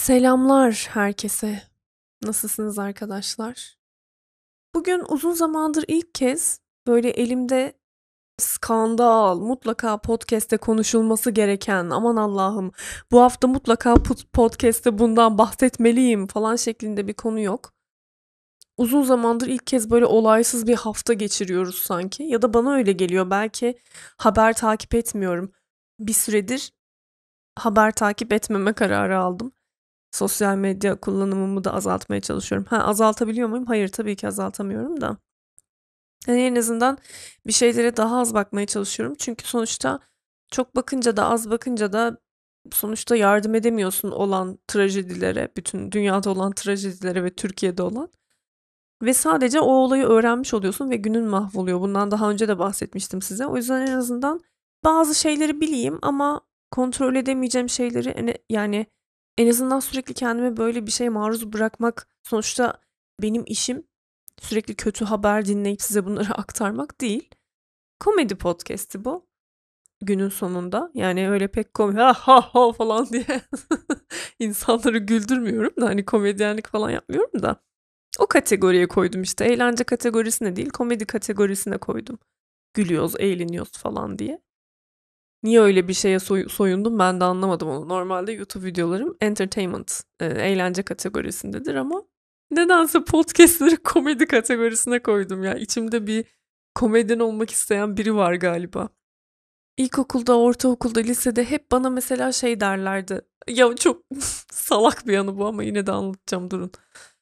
Selamlar herkese. Nasılsınız arkadaşlar? Bugün uzun zamandır ilk kez böyle elimde skandal, mutlaka podcast'te konuşulması gereken, aman Allah'ım bu hafta mutlaka podcast'te bundan bahsetmeliyim falan şeklinde bir konu yok. Uzun zamandır ilk kez böyle olaysız bir hafta geçiriyoruz sanki. Ya da bana öyle geliyor. Belki haber takip etmiyorum. Bir süredir haber takip etmeme kararı aldım. Sosyal medya kullanımımı da azaltmaya çalışıyorum. Azaltabiliyor muyum? Hayır, tabii ki azaltamıyorum da. Yani en azından bir şeylere daha az bakmaya çalışıyorum. Çünkü sonuçta çok bakınca da az bakınca da sonuçta yardım edemiyorsun olan trajedilere, bütün dünyada olan trajedilere ve Türkiye'de olan. Ve sadece o olayı öğrenmiş oluyorsun ve günün mahvoluyor. Bundan daha önce de bahsetmiştim size. O yüzden en azından bazı şeyleri bileyim ama kontrol edemeyeceğim şeyleri yani en azından sürekli kendime böyle bir şeye maruz bırakmak, sonuçta benim işim sürekli kötü haber dinleyip size bunları aktarmak değil. Komedi podcast'i bu günün sonunda. Yani öyle pek komik ha ha ha falan diye insanları güldürmüyorum da, hani komedyenlik falan yapmıyorum da. O kategoriye koydum işte. Eğlence kategorisine değil, komedi kategorisine koydum. Gülüyoruz, eğleniyoruz falan diye. Niye öyle bir şeye soyundum ben de anlamadım onu. Normalde YouTube videolarım entertainment, eğlence kategorisindedir ama nedense podcastleri komedi kategorisine koydum ya. İçimde bir komedyen olmak isteyen biri var galiba. İlkokulda, ortaokulda, lisede hep bana mesela şey derlerdi. Ya çok salak bir yanı bu ama yine de anlatacağım, durun.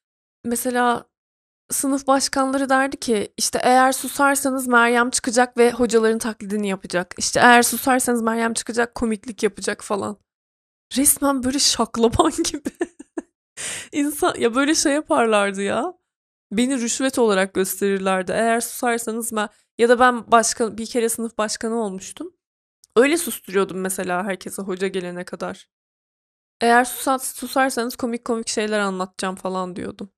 Mesela sınıf başkanları derdi ki işte eğer susarsanız Meryem çıkacak ve hocaların taklidini yapacak. İşte eğer susarsanız Meryem çıkacak, komiklik yapacak falan. Resmen böyle şaklaban gibi. İnsan ya böyle şey yaparlardı ya. Beni rüşvet olarak gösterirlerdi. Eğer susarsanız ya da ben bir kere sınıf başkanı olmuştum. Öyle susturuyordum mesela herkese hoca gelene kadar. Eğer susarsanız komik komik şeyler anlatacağım falan diyordum.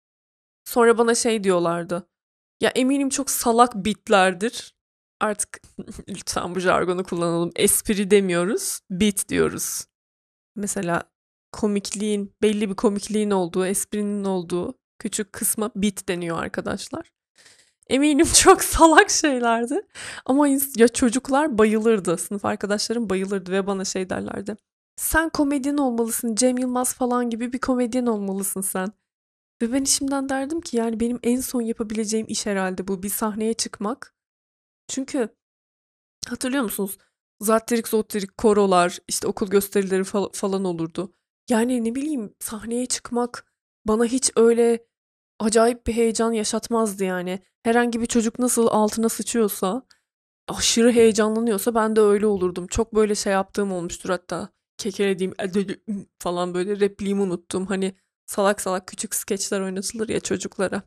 Sonra bana şey diyorlardı. Ya eminim çok salak bitlerdir. Artık lütfen bu jargonu kullanalım. Espri demiyoruz, bit diyoruz. Mesela belli bir komikliğin olduğu, esprinin olduğu küçük kısma bit deniyor arkadaşlar. Eminim çok salak şeylerdi. Ama ya çocuklar bayılırdı. Sınıf arkadaşlarım bayılırdı ve bana şey derlerdi. Sen komedyen olmalısın. Cem Yılmaz falan gibi bir komedyen olmalısın sen. Ve ben işimden derdim ki yani benim en son yapabileceğim iş herhalde bu. Bir sahneye çıkmak. Çünkü hatırlıyor musunuz? Zattirik zottirik korolar, işte okul gösterileri falan olurdu. Yani ne bileyim, sahneye çıkmak bana hiç öyle acayip bir heyecan yaşatmazdı yani. Herhangi bir çocuk nasıl altına sıçıyorsa, aşırı heyecanlanıyorsa ben de öyle olurdum. Çok böyle şey yaptığım olmuştur hatta. Kekelediğim falan, böyle repliğimi unuttum. Hani salak salak küçük skeçler oynatılır ya çocuklara.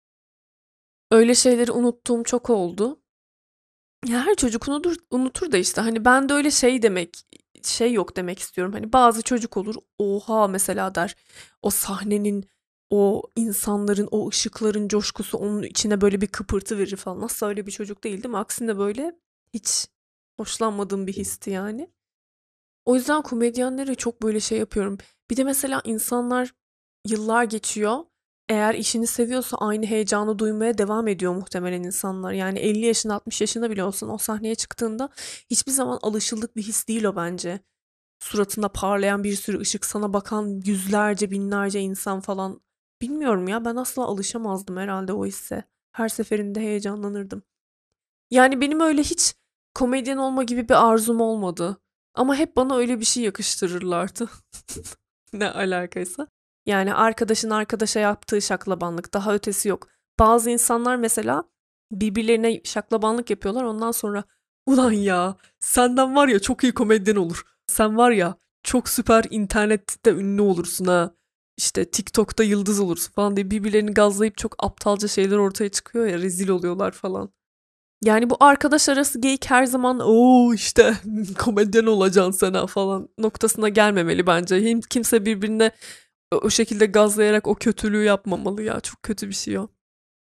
Öyle şeyleri unuttuğum çok oldu. Ya her çocuk unutur da işte hani ben de öyle şey yok demek istiyorum. Hani bazı çocuk olur, oha mesela der. O sahnenin, o insanların, o ışıkların coşkusu onun içine böyle bir kıpırtı verir falan. Nasıl, öyle bir çocuk değildim. Aksine böyle hiç hoşlanmadığım bir histi yani. O yüzden komedyenlere çok böyle şey yapıyorum. Bir de mesela insanlar, yıllar geçiyor. Eğer işini seviyorsa aynı heyecanı duymaya devam ediyor muhtemelen insanlar. Yani 50 yaşında 60 yaşında bile olsan o sahneye çıktığında hiçbir zaman alışıldık bir his değil o bence. Suratında parlayan bir sürü ışık, sana bakan yüzlerce binlerce insan falan. Bilmiyorum ya, ben asla alışamazdım herhalde o hisse. Her seferinde heyecanlanırdım. Yani benim öyle hiç komedyen olma gibi bir arzum olmadı. Ama hep bana öyle bir şey yakıştırırlardı. Ne alakaysa. Yani arkadaşın arkadaşa yaptığı şaklabanlık, daha ötesi yok. Bazı insanlar mesela birbirlerine şaklabanlık yapıyorlar. Ondan sonra ulan ya senden var ya çok iyi komedyen olur. Sen var ya çok süper internette ünlü olursun ha. İşte TikTok'ta yıldız olursun falan diye birbirlerini gazlayıp çok aptalca şeyler ortaya çıkıyor ya, rezil oluyorlar falan. Yani bu arkadaş arası geyik her zaman o işte komedyen olacaksın sen ha falan noktasına gelmemeli bence. Kimse birbirine o şekilde gazlayarak o kötülüğü yapmamalı ya. Çok kötü bir şey o.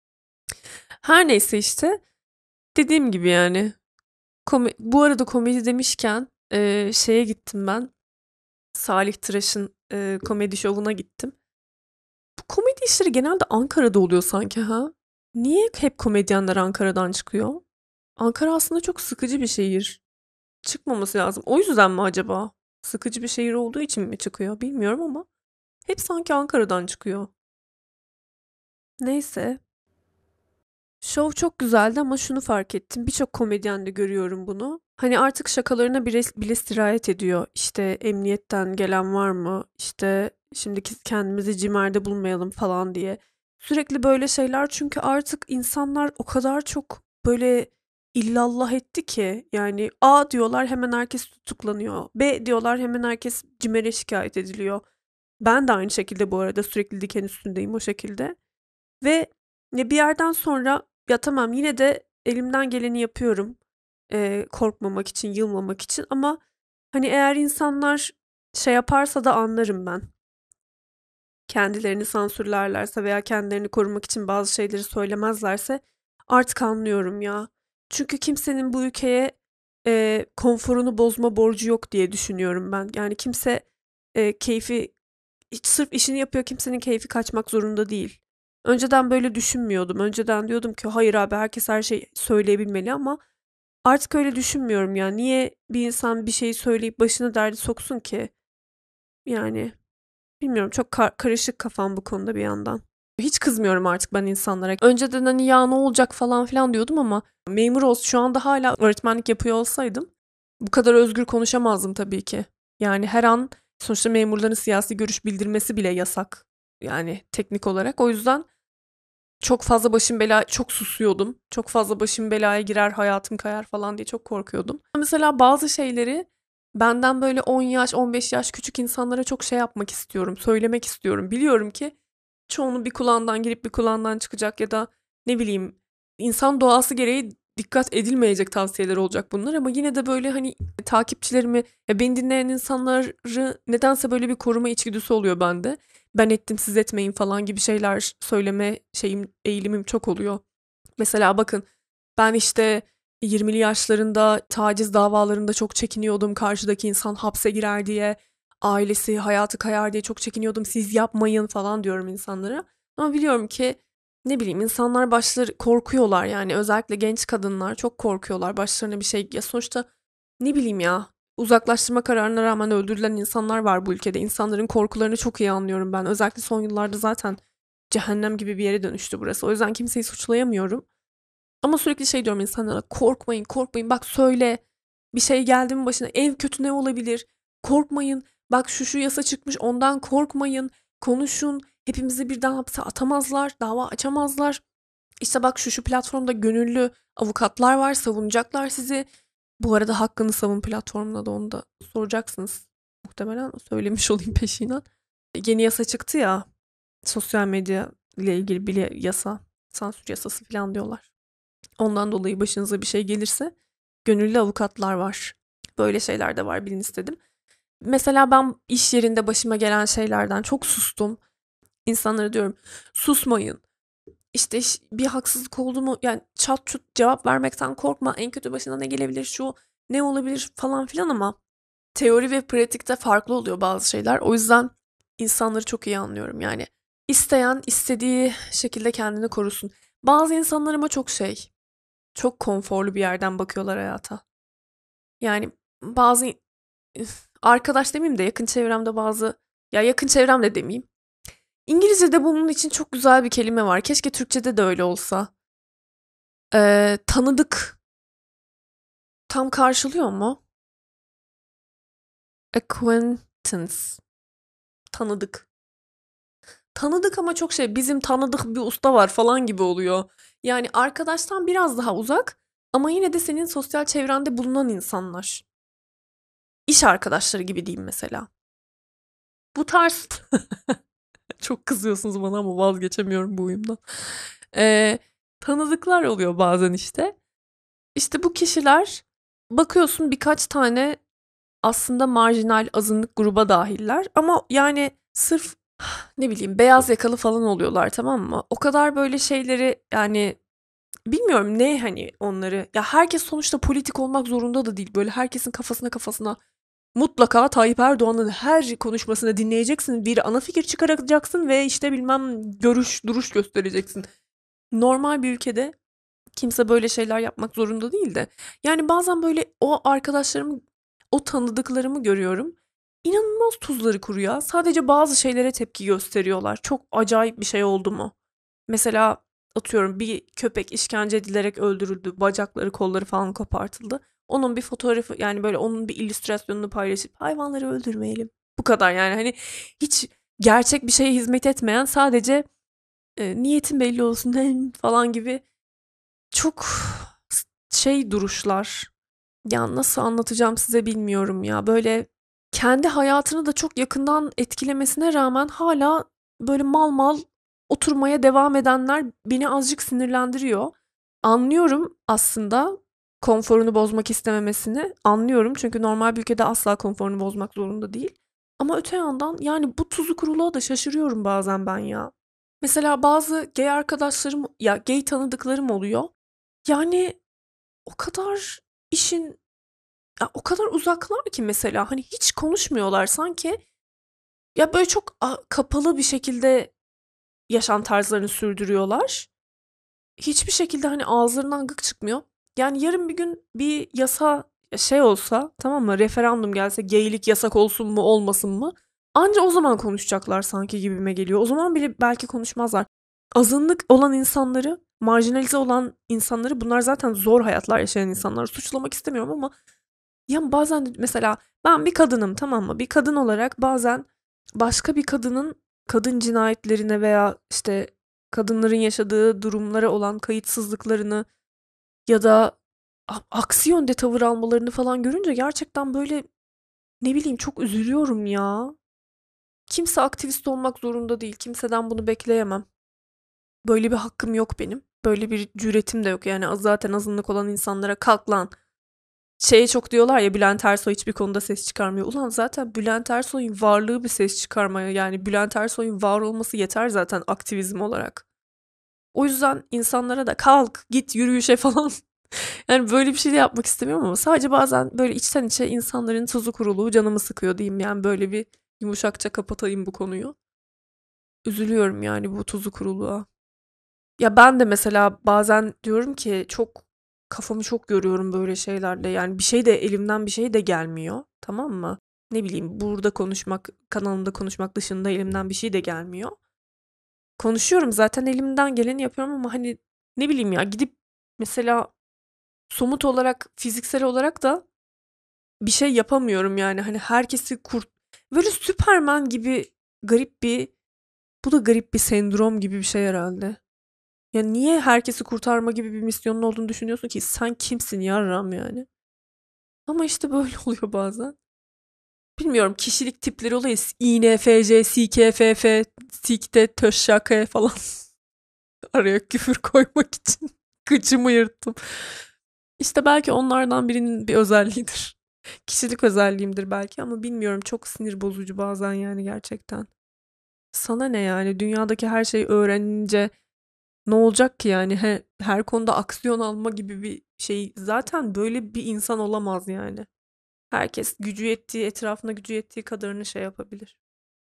Her neyse işte dediğim gibi yani bu arada komedi demişken şeye gittim ben. Salih Tıraş'ın komedi şovuna gittim. Bu komedi işleri genelde Ankara'da oluyor sanki ha? Niye hep komedyenler Ankara'dan çıkıyor? Ankara aslında çok sıkıcı bir şehir. Çıkmaması lazım. O yüzden mi acaba? Sıkıcı bir şehir olduğu için mi çıkıyor bilmiyorum ama hep sanki Ankara'dan çıkıyor. Neyse. Şov çok güzeldi ama şunu fark ettim. Birçok komedyende görüyorum bunu. Hani artık şakalarına bile sirayet ediyor. İşte emniyetten gelen var mı? İşte şimdi kendimizi cimerde bulmayalım falan diye. Sürekli böyle şeyler çünkü artık insanlar o kadar çok böyle illallah etti ki. Yani A diyorlar hemen herkes tutuklanıyor. B diyorlar hemen herkes CİMER'e şikayet ediliyor. Ben de aynı şekilde bu arada sürekli diken üstündeyim o şekilde. Ve bir yerden sonra ya tamam yine de elimden geleni yapıyorum. Korkmamak için, yılmamak için ama hani eğer insanlar şey yaparsa da anlarım ben. Kendilerini sansürlerlerse veya kendilerini korumak için bazı şeyleri söylemezlerse artık anlıyorum ya. Çünkü kimsenin bu ülkeye konforunu bozma borcu yok diye düşünüyorum ben. Yani kimse keyfi sırf işini yapıyor kimsenin keyfi kaçmak zorunda değil. Önceden böyle düşünmüyordum. Önceden diyordum ki hayır abi herkes her şeyi söyleyebilmeli ama artık öyle düşünmüyorum ya. Niye bir insan bir şeyi söyleyip başına derdi soksun ki? Yani bilmiyorum çok karışık kafam bu konuda bir yandan. Hiç kızmıyorum artık ben insanlara. Önceden hani ya ne olacak falan filan diyordum ama memur olsun şu anda hala öğretmenlik yapıyor olsaydım bu kadar özgür konuşamazdım tabii ki. Yani her an sonuçta memurların siyasi görüş bildirmesi bile yasak. Yani teknik olarak. O yüzden çok fazla başım bela çok susuyordum. Çok fazla başım belaya girer, hayatım kayar falan diye çok korkuyordum. Mesela bazı şeyleri benden böyle 10 yaş, 15 yaş küçük insanlara çok şey yapmak istiyorum, söylemek istiyorum. Biliyorum ki çoğunun bir kulağından girip bir kulağından çıkacak ya da ne bileyim insan doğası gereği dikkat edilmeyecek tavsiyeler olacak bunlar ama yine de böyle hani takipçilerimi ya beni dinleyen insanları nedense böyle bir koruma içgüdüsü oluyor bende. Ben ettim siz etmeyin falan gibi şeyler söyleme eğilimim çok oluyor. Mesela bakın ben işte 20'li yaşlarında taciz davalarında çok çekiniyordum. Karşıdaki insan hapse girer diye, ailesi hayatı kayar diye çok çekiniyordum. Siz yapmayın falan diyorum insanlara. Ama biliyorum ki ne bileyim insanlar başları korkuyorlar yani özellikle genç kadınlar çok korkuyorlar başlarına bir şey ya sonuçta ne bileyim ya uzaklaştırma kararına rağmen öldürülen insanlar var bu ülkede. İnsanların korkularını çok iyi anlıyorum ben. Özellikle son yıllarda zaten cehennem gibi bir yere dönüştü burası. O yüzden kimseyi suçlayamıyorum. Ama sürekli şey diyorum insanlara korkmayın korkmayın bak söyle bir şey geldi mi başına en kötü ne olabilir korkmayın bak şu yasa çıkmış ondan korkmayın konuşun hepimizi birden hapse atamazlar dava açamazlar işte bak şu platformda gönüllü avukatlar var savunacaklar sizi bu arada hakkını savun platformuna da onu da soracaksınız muhtemelen söylemiş olayım peşinden yeni yasa çıktı ya sosyal medya ile ilgili bir yasa sansür yasası falan diyorlar. Ondan dolayı başınıza bir şey gelirse gönüllü avukatlar var. Böyle şeyler de var bilin istedim. Mesela ben iş yerinde başıma gelen şeylerden çok sustum. İnsanlara diyorum susmayın. İşte bir haksızlık oldu mu yani çat çut cevap vermekten korkma. En kötü başına ne gelebilir şu ne olabilir falan filan ama teori ve pratikte farklı oluyor bazı şeyler. O yüzden insanları çok iyi anlıyorum yani. İsteyen istediği şekilde kendini korusun. Bazı insanlar ama çok konforlu bir yerden bakıyorlar hayata. Yani bazı arkadaş demeyeyim de yakın çevremde ya yakın çevremde demeyeyim. İngilizce'de bunun için çok güzel bir kelime var. Keşke Türkçe'de de öyle olsa. Tanıdık tam karşılıyor mu? Acquaintance. Tanıdık. Tanıdık ama çok bizim tanıdık bir usta var falan gibi oluyor. Yani arkadaştan biraz daha uzak ama yine de senin sosyal çevrende bulunan insanlar. İş arkadaşları gibi diyeyim mesela. Bu tarz çok kızıyorsunuz bana ama vazgeçemiyorum bu huyumdan. Eee, tanıdıklar oluyor bazen işte. İşte bu kişiler bakıyorsun birkaç tane aslında marjinal azınlık gruba dahiller ama yani sırf ne bileyim beyaz yakalı falan oluyorlar tamam mı? O kadar böyle şeyleri yani bilmiyorum ne hani onları ya herkes sonuçta politik olmak zorunda da değil. Böyle herkesin kafasına Mutlaka Tayyip Erdoğan'ın her konuşmasını dinleyeceksin. Bir ana fikir çıkaracaksın ve işte bilmem görüş, duruş göstereceksin. Normal bir ülkede kimse böyle şeyler yapmak zorunda değil de. Yani bazen böyle o arkadaşlarımı, o tanıdıklarımı görüyorum. İnanılmaz tuzları kuru ya. Sadece bazı şeylere tepki gösteriyorlar. Çok acayip bir şey oldu mu? Mesela atıyorum bir köpek işkence edilerek öldürüldü. Bacakları, kolları falan kopartıldı. Onun bir fotoğrafı yani böyle onun bir illüstrasyonunu paylaşıp hayvanları öldürmeyelim. Bu kadar yani hani hiç gerçek bir şeye hizmet etmeyen sadece niyetin belli olsun falan gibi çok şey duruşlar. Ya nasıl anlatacağım size bilmiyorum ya. Böyle kendi hayatını da çok yakından etkilemesine rağmen hala böyle mal mal oturmaya devam edenler beni azıcık sinirlendiriyor. Anlıyorum aslında konforunu bozmak istememesini. Anlıyorum çünkü normal bir ülkede asla konforunu bozmak zorunda değil. Ama öte yandan yani bu tuzu kuruluğa da şaşırıyorum bazen ben ya. Mesela bazı gay arkadaşlarım ya gay tanıdıklarım oluyor. Yani o kadar işin ya o kadar uzaklar ki mesela hani hiç konuşmuyorlar sanki ya böyle çok kapalı bir şekilde yaşam tarzlarını sürdürüyorlar. Hiçbir şekilde hani ağızlarından gık çıkmıyor. Yani yarın bir gün bir yasa şey olsa tamam mı referandum gelse geylik yasak olsun mu olmasın mı? Anca o zaman konuşacaklar sanki gibime geliyor. O zaman bile belki konuşmazlar. Azınlık olan insanları, marjinalize olan insanları bunlar zaten zor hayatlar yaşayan insanları suçlamak istemiyorum ama ya bazen de mesela ben bir kadınım tamam mı? Bir kadın olarak bazen başka bir kadının kadın cinayetlerine veya işte kadınların yaşadığı durumlara olan kayıtsızlıklarını ya da aksi yönde tavır almalarını falan görünce gerçekten böyle ne bileyim çok üzülüyorum ya. Kimse aktivist olmak zorunda değil. Kimseden bunu bekleyemem. Böyle bir hakkım yok benim. Böyle bir cüretim de yok. Yani zaten azınlık olan insanlara kalk lan. Şeye çok diyorlar ya Bülent Ersoy hiçbir konuda ses çıkarmıyor. Ulan zaten Bülent Ersoy'un varlığı bir ses çıkarmaya yani Bülent Ersoy'un var olması yeter zaten aktivizm olarak. O yüzden insanlara da kalk git yürüyüşe falan. Yani böyle bir şey de yapmak istemiyorum ama sadece bazen böyle içten içe insanların tuzu kuruluğu canımı sıkıyor diyeyim. Yani böyle bir yumuşakça kapatayım bu konuyu. Üzülüyorum yani bu tuzu kuruluğa. Ya ben de mesela bazen diyorum ki çok kafamı çok görüyorum böyle şeylerle. Yani bir şey de elimden bir şey de gelmiyor. Tamam mı? Ne bileyim burada konuşmak, kanalımda konuşmak dışında elimden bir şey de gelmiyor. Konuşuyorum zaten elimden geleni yapıyorum ama hani ne bileyim ya gidip mesela somut olarak, fiziksel olarak da bir şey yapamıyorum yani. Hani herkesi böyle Süperman gibi garip bir bu da garip bir sendrom gibi bir şey herhalde. Ya niye herkesi kurtarma gibi bir misyonun olduğunu düşünüyorsun ki? Sen kimsin yarram yani? Ama işte böyle oluyor bazen. Bilmiyorum kişilik tipleri oluyor. INFJ, SKFF, Sikte, Töşşake falan araya küfür koymak için gıcımı yırttım. İşte belki onlardan birinin bir özelliğidir. Kişilik özelliğimdir belki ama bilmiyorum çok sinir bozucu bazen yani gerçekten. Sana ne yani dünyadaki her şeyi öğrenince ne olacak ki yani her konuda aksiyon alma gibi bir şey zaten böyle bir insan olamaz yani. Herkes gücü yettiği etrafına gücü yettiği kadarını şey yapabilir.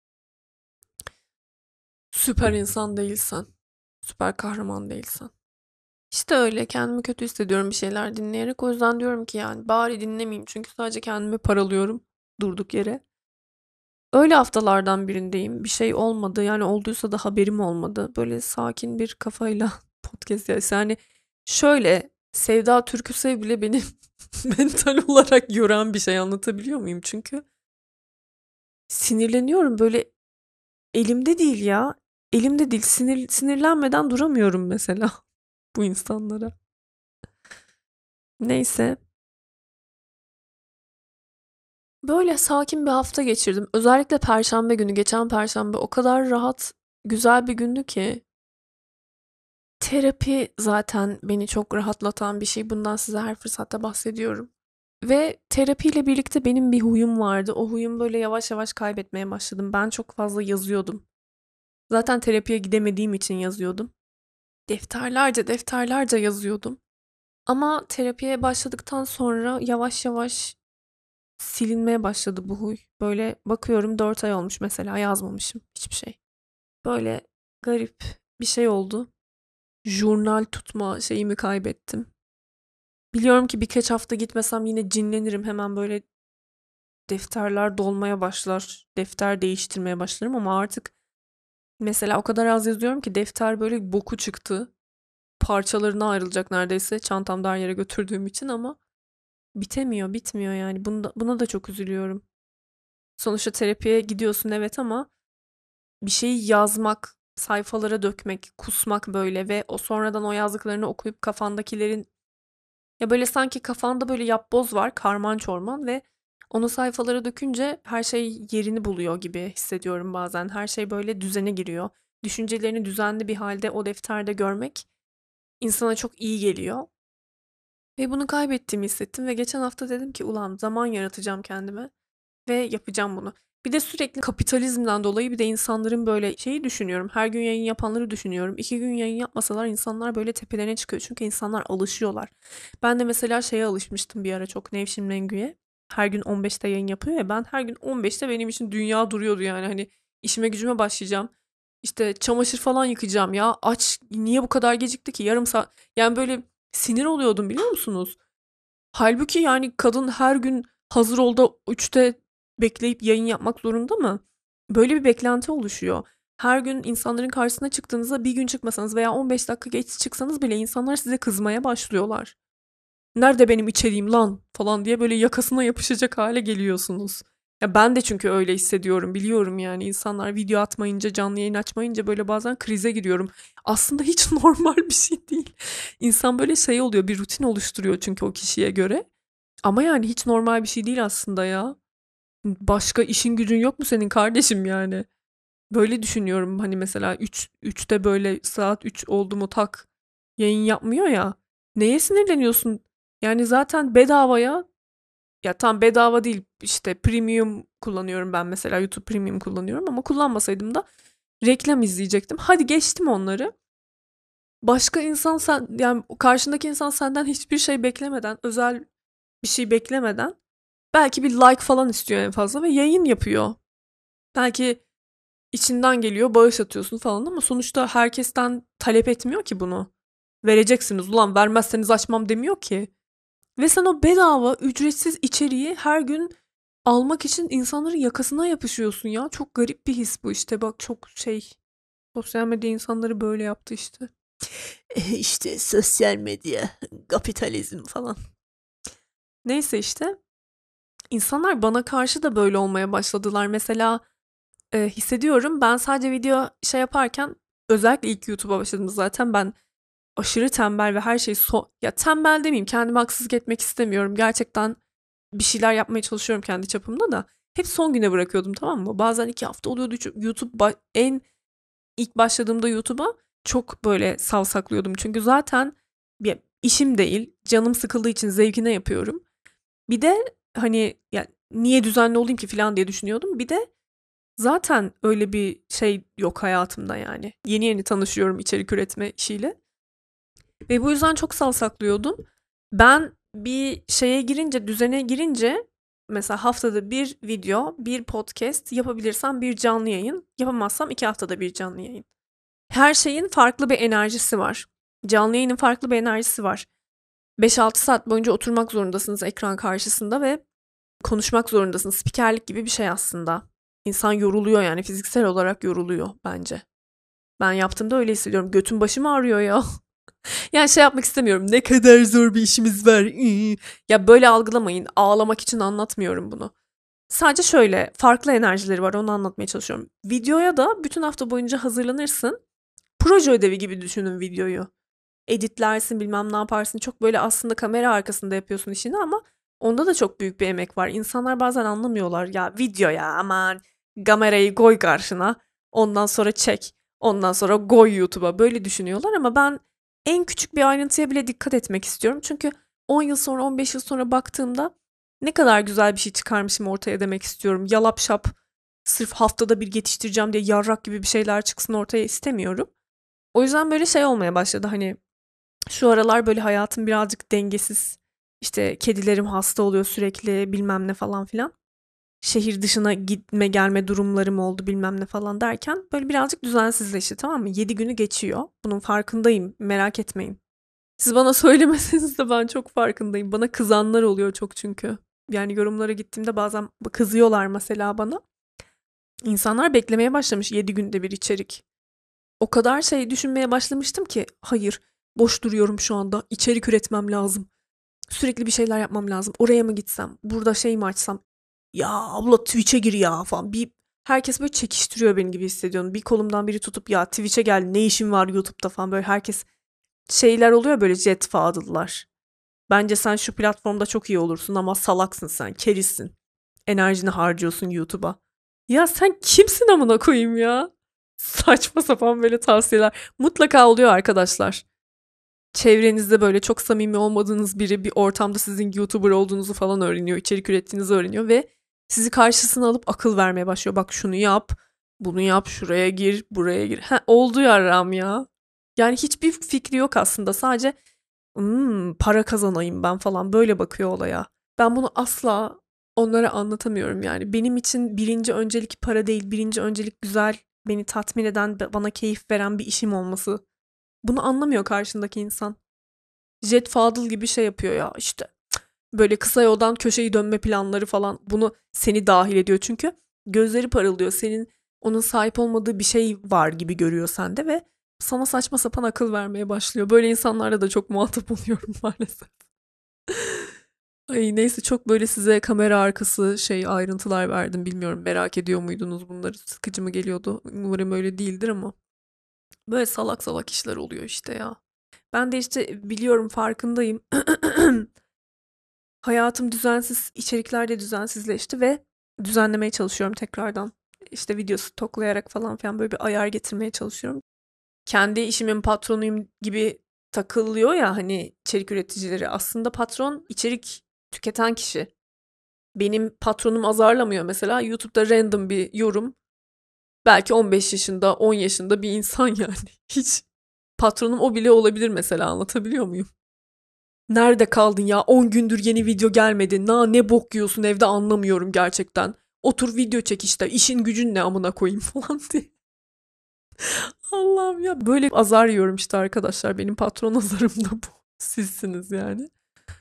Süper insan değilsen, süper kahraman değilsen. İşte öyle kendimi kötü hissediyorum bir şeyler dinleyerek. O yüzden diyorum ki yani bari dinlemeyeyim çünkü sadece kendimi paralıyorum durduk yere. Öyle haftalardan birindeyim. Bir şey olmadı. Yani olduysa da haberim olmadı. Böyle sakin bir kafayla podcast yani şöyle Sevda Türküsev bile beni mental olarak yoran bir şey anlatabiliyor muyum? Çünkü sinirleniyorum böyle elimde değil ya. Elimde değil. Sinirlenmeden duramıyorum mesela bu insanlara. Neyse. Böyle sakin bir hafta geçirdim. Özellikle Perşembe günü, geçen Perşembe o kadar rahat, güzel bir gündü ki. Terapi zaten beni çok rahatlatan bir şey. Bundan size her fırsatta bahsediyorum. Ve terapiyle birlikte benim bir huyum vardı. O huyum böyle yavaş yavaş kaybetmeye başladım. Ben çok fazla yazıyordum. Zaten terapiye gidemediğim için yazıyordum. Defterlerce defterlerce yazıyordum. Ama terapiye başladıktan sonra yavaş yavaş silinmeye başladı bu huy. Böyle bakıyorum 4 ay olmuş mesela yazmamışım hiçbir şey. Böyle garip bir şey oldu. Jurnal tutma şeyimi kaybettim. Biliyorum ki birkaç hafta gitmesem yine cinlenirim. Hemen böyle defterler dolmaya başlar. Defter değiştirmeye başlarım ama artık mesela o kadar az yazıyorum ki defter böyle boku çıktı. Parçalarına ayrılacak neredeyse çantamda her yere götürdüğüm için ama bitemiyor, bitmiyor yani. Buna da çok üzülüyorum. Sonuçta terapiye gidiyorsun evet ama bir şeyi yazmak, sayfalara dökmek, kusmak böyle ve o sonradan o yazdıklarını okuyup kafandakilerin ya böyle sanki kafanda böyle yapboz var, karman çorman ve onu sayfalara dökünce her şey yerini buluyor gibi hissediyorum bazen. Her şey böyle düzene giriyor. Düşüncelerini düzenli bir halde o defterde görmek insana çok iyi geliyor. Ve bunu kaybettiğimi hissettim ve geçen hafta dedim ki ulan zaman yaratacağım kendime ve yapacağım bunu. Bir de sürekli kapitalizmden dolayı bir de insanların böyle şeyi düşünüyorum. Her gün yayın yapanları düşünüyorum. 2 gün yayın yapmasalar insanlar böyle tepelerine çıkıyor. Çünkü insanlar alışıyorlar. Ben de mesela şeye alışmıştım bir ara çok Nevşin Mengü'ye. Her gün 15'te yayın yapıyor ya ben her gün 15'te benim için dünya duruyordu yani. Hani işime gücüme başlayacağım. İşte çamaşır falan yıkayacağım ya. Aç niye bu kadar gecikti ki yarım saat. Yani böyle sinir oluyordum biliyor musunuz? Halbuki yani kadın her gün hazır ol da 3'te bekleyip yayın yapmak zorunda mı? Böyle bir beklenti oluşuyor. Her gün insanların karşısına çıktığınızda bir gün çıkmasanız veya 15 dakika geç çıksanız bile insanlar size kızmaya başlıyorlar. Nerede benim içeriğim lan falan diye böyle yakasına yapışacak hale geliyorsunuz. Ya ben de çünkü öyle hissediyorum biliyorum yani insanlar video atmayınca canlı yayın açmayınca böyle bazen krize giriyorum. Aslında hiç normal bir şey değil. İnsan böyle şey oluyor bir rutin oluşturuyor çünkü o kişiye göre. Ama yani hiç normal bir şey değil aslında ya. Başka işin gücün yok mu senin kardeşim yani? Böyle düşünüyorum hani mesela 3'te böyle saat 3 oldu mu tak yayın yapmıyor ya. Neye sinirleniyorsun? Yani zaten bedavaya ya tam bedava değil işte premium kullanıyorum ben mesela YouTube premium kullanıyorum ama kullanmasaydım da reklam izleyecektim. Hadi geçtim onları. Başka insan sen yani karşındaki insan senden hiçbir şey beklemeden özel bir şey beklemeden belki bir like falan istiyor en fazla ve yayın yapıyor. Belki içinden geliyor bağış atıyorsun falan ama sonuçta herkesten talep etmiyor ki bunu. Vereceksiniz ulan vermezseniz açmam demiyor ki. Ve sen o bedava ücretsiz içeriği her gün almak için insanların yakasına yapışıyorsun ya. Çok garip bir his bu işte bak çok şey. Sosyal medya insanları böyle yaptı işte. İşte sosyal medya, kapitalizm falan. Neyse işte insanlar bana karşı da böyle olmaya başladılar. Mesela hissediyorum ben sadece video şey yaparken özellikle ilk YouTube'a başladım zaten ben aşırı tembel ve her şey ya tembel demeyeyim kendime haksızlık etmek istemiyorum. Gerçekten bir şeyler yapmaya çalışıyorum kendi çapımda da. Hep son güne bırakıyordum tamam mı? Bazen 2 hafta oluyordu. YouTube en ilk başladığımda YouTube'a çok böyle savsaklıyordum. Çünkü zaten bir işim değil. Canım sıkıldığı için zevkine yapıyorum. Bir de hani ya niye düzenli olayım ki falan diye düşünüyordum. Bir de zaten öyle bir şey yok hayatımda yani. Yeni yeni tanışıyorum içerik üretme işiyle. Ve bu yüzden çok savsaklıyordum. Ben bir şeye girince, düzene girince mesela haftada bir video, bir podcast, yapabilirsem bir canlı yayın, yapamazsam 2 haftada bir canlı yayın. Her şeyin farklı bir enerjisi var. Canlı yayının farklı bir enerjisi var. 5-6 saat boyunca oturmak zorundasınız ekran karşısında ve konuşmak zorundasınız. Spikerlik gibi bir şey aslında. İnsan yoruluyor yani fiziksel olarak yoruluyor bence. Ben yaptığımda öyle hissediyorum. Götüm başım ağrıyor ya. Yani şey yapmak istemiyorum. Ne kadar zor bir işimiz var. Ya böyle algılamayın. Ağlamak için anlatmıyorum bunu. Sadece şöyle farklı enerjileri var onu anlatmaya çalışıyorum. Videoya da bütün hafta boyunca hazırlanırsın. Proje ödevi gibi düşünün videoyu. Editlersin bilmem ne yaparsın. Çok böyle aslında kamera arkasında yapıyorsun işini ama onda da çok büyük bir emek var. İnsanlar bazen anlamıyorlar. Ya video ya aman kamerayı koy karşına. Ondan sonra çek. Ondan sonra koy YouTube'a. Böyle düşünüyorlar ama ben en küçük bir ayrıntıya bile dikkat etmek istiyorum. Çünkü 10 yıl sonra 15 yıl sonra baktığımda ne kadar güzel bir şey çıkarmışım ortaya demek istiyorum. Yalap şap sırf haftada bir yetiştireceğim diye yarrak gibi bir şeyler çıksın ortaya istemiyorum. O yüzden böyle şey olmaya başladı hani şu aralar böyle hayatım birazcık dengesiz. İşte kedilerim hasta oluyor sürekli bilmem ne falan filan. Şehir dışına gitme gelme durumlarım oldu bilmem ne falan derken böyle birazcık düzensizleşti, tamam mı? 7 günü geçiyor. Bunun farkındayım, merak etmeyin. Siz bana söylemeseniz de ben çok farkındayım. Bana kızanlar oluyor çok çünkü. Yani yorumlara gittiğimde bazen kızıyorlar mesela bana. İnsanlar beklemeye başlamış 7 günde bir içerik. O kadar şey düşünmeye başlamıştım ki hayır, boş duruyorum şu anda. İçerik üretmem lazım. Sürekli bir şeyler yapmam lazım. Oraya mı gitsem? Burada şey mi açsam? Ya abla Twitch'e gir ya falan. Herkes böyle çekiştiriyor beni gibi hissediyorum. Bir kolumdan biri tutup ya Twitch'e gel, ne işin var YouTube'da falan, böyle herkes şeyler oluyor, böyle jet fadıllar. Bence sen şu platformda çok iyi olursun ama salaksın sen, kerisin. Enerjini harcıyorsun YouTube'a. Ya sen kimsin amına koyayım ya? Saçma sapan böyle tavsiyeler. Mutlaka oluyor arkadaşlar. Çevrenizde böyle çok samimi olmadığınız biri bir ortamda sizin YouTuber olduğunuzu falan öğreniyor, içerik ürettiğinizi öğreniyor ve sizi karşısına alıp akıl vermeye başlıyor. Bak şunu yap, bunu yap, şuraya gir, buraya gir. Oldu yarram ya. Yani hiçbir fikri yok aslında. Sadece para kazanayım ben falan, böyle bakıyor olaya. Ben bunu asla onlara anlatamıyorum yani. Benim için birinci öncelik para değil, birinci öncelik güzel, beni tatmin eden, bana keyif veren bir işim olması. Bunu anlamıyor karşındaki insan. Jet Fadıl gibi şey yapıyor ya işte. Böyle kısa yoldan köşeyi dönme planları falan, bunu seni dahil ediyor çünkü. Gözleri parıldıyor. Senin onun sahip olmadığı bir şey var gibi görüyor sende ve sana saçma sapan akıl vermeye başlıyor. Böyle insanlarla da çok muhatap oluyorum maalesef. Ay neyse, çok böyle size kamera arkası şey ayrıntılar verdim. Bilmiyorum, merak ediyor muydunuz bunları? Sıkıcı mı geliyordu? Umarım öyle değildir ama. Böyle salak salak işler oluyor işte ya. Ben de işte biliyorum, farkındayım. Hayatım düzensiz, içerikler de düzensizleşti ve düzenlemeye çalışıyorum tekrardan. İşte video stoklayarak falan filan böyle bir ayar getirmeye çalışıyorum. Kendi işimin patronuyum gibi takılıyor ya hani içerik üreticileri. Aslında patron içerik tüketen kişi. Benim patronum azarlamıyor mesela. YouTube'da random bir yorum. Belki 15 yaşında, 10 yaşında bir insan yani. Hiç patronum o bile olabilir mesela, anlatabiliyor muyum? Nerede kaldın ya? 10 gündür yeni video gelmedi. Ne bok yiyorsun evde, anlamıyorum gerçekten. Otur video çek işte. İşin gücün ne amına koyayım falan diye. Allah'ım ya. Böyle azar yiyorum işte arkadaşlar. Benim patron azarım da bu. Sizsiniz yani.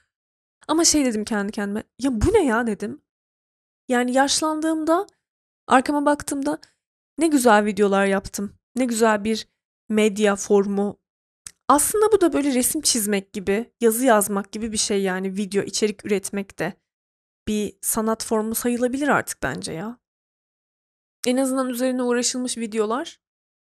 Ama şey dedim kendi kendime. Ya bu ne ya dedim. Yani yaşlandığımda, arkama baktığımda ne güzel videolar yaptım. Ne güzel bir medya formu. Aslında bu da böyle resim çizmek gibi, yazı yazmak gibi bir şey yani, video, içerik üretmek de bir sanat formu sayılabilir artık bence ya. En azından üzerine uğraşılmış videolar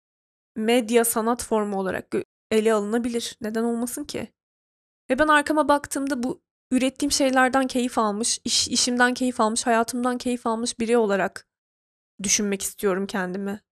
medya sanat formu olarak ele alınabilir. Neden olmasın ki? Ve ben arkama baktığımda bu ürettiğim şeylerden keyif almış, işimden keyif almış, hayatımdan keyif almış biri olarak düşünmek istiyorum kendimi.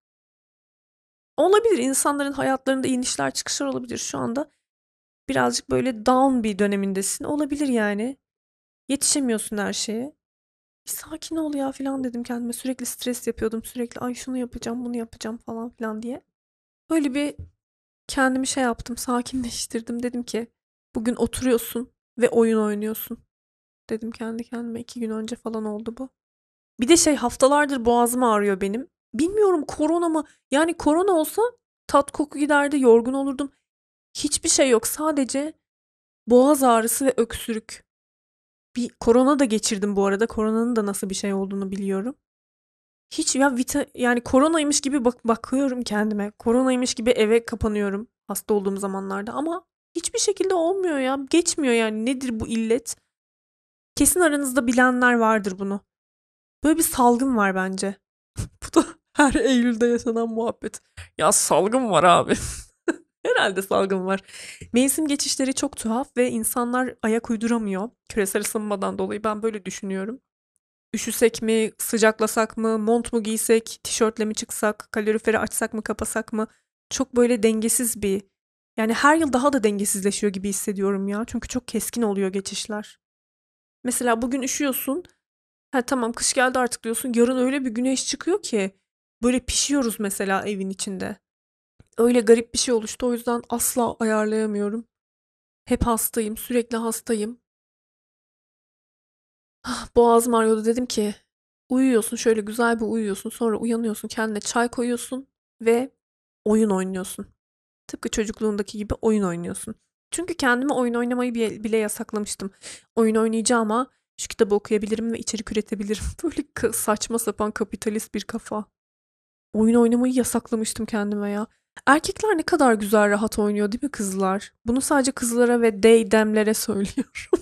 Olabilir, insanların hayatlarında inişler çıkışlar olabilir. Şu anda birazcık böyle down bir dönemindesin. Olabilir yani. Yetişemiyorsun her şeye. Bir sakin ol ya falan dedim kendime. Sürekli stres yapıyordum. Sürekli ay şunu yapacağım, bunu yapacağım falan filan diye. Böyle bir kendimi şey yaptım, sakinleştirdim. Dedim ki bugün oturuyorsun ve oyun oynuyorsun. Dedim kendi kendime, 2 gün önce falan oldu bu. Bir de şey, haftalardır boğazım ağrıyor benim. Bilmiyorum korona mı? Yani korona olsa tat koku giderdi, yorgun olurdum. Hiçbir şey yok. Sadece boğaz ağrısı ve öksürük. Bir korona da geçirdim bu arada. Koronanın da nasıl bir şey olduğunu biliyorum. Hiç ya yani koronaymış gibi bakıyorum kendime. Koronaymış gibi eve kapanıyorum hasta olduğum zamanlarda ama hiçbir şekilde olmuyor ya. Geçmiyor yani. Nedir bu illet? Kesin aranızda bilenler vardır bunu. Böyle bir salgın var bence. Bu da her Eylül'de yaşanan muhabbet. Ya salgın var abi. Herhalde salgın var. Mevsim geçişleri çok tuhaf ve insanlar ayak uyduramıyor. Küresel ısınmadan dolayı ben böyle düşünüyorum. Üşüsek mi, sıcaklasak mı, mont mu giysek, tişörtle mi çıksak, kaloriferi açsak mı, kapasak mı? Çok böyle dengesiz bir... Yani her yıl daha da dengesizleşiyor gibi hissediyorum ya. Çünkü çok keskin oluyor geçişler. Mesela bugün üşüyorsun. Ha tamam, kış geldi artık diyorsun. Yarın öyle bir güneş çıkıyor ki böyle pişiyoruz mesela evin içinde. Öyle garip bir şey oluştu. O yüzden asla ayarlayamıyorum. Hep hastayım, sürekli hastayım. Boğazım ağrıyordu, dedim ki uyuyorsun, şöyle güzel bir uyuyorsun, sonra uyanıyorsun, kendine çay koyuyorsun ve oyun oynuyorsun. Tıpkı çocukluğundaki gibi oyun oynuyorsun. Çünkü kendime oyun oynamayı bile yasaklamıştım. Oyun oynayacağıma şu kitabı okuyabilirim ve içerik üretebilirim. Böyle saçma sapan kapitalist bir kafa. Oyun oynamayı yasaklamıştım kendime ya. Erkekler ne kadar güzel rahat oynuyor değil mi kızlar? Bunu sadece kızlara ve they them'lere söylüyorum.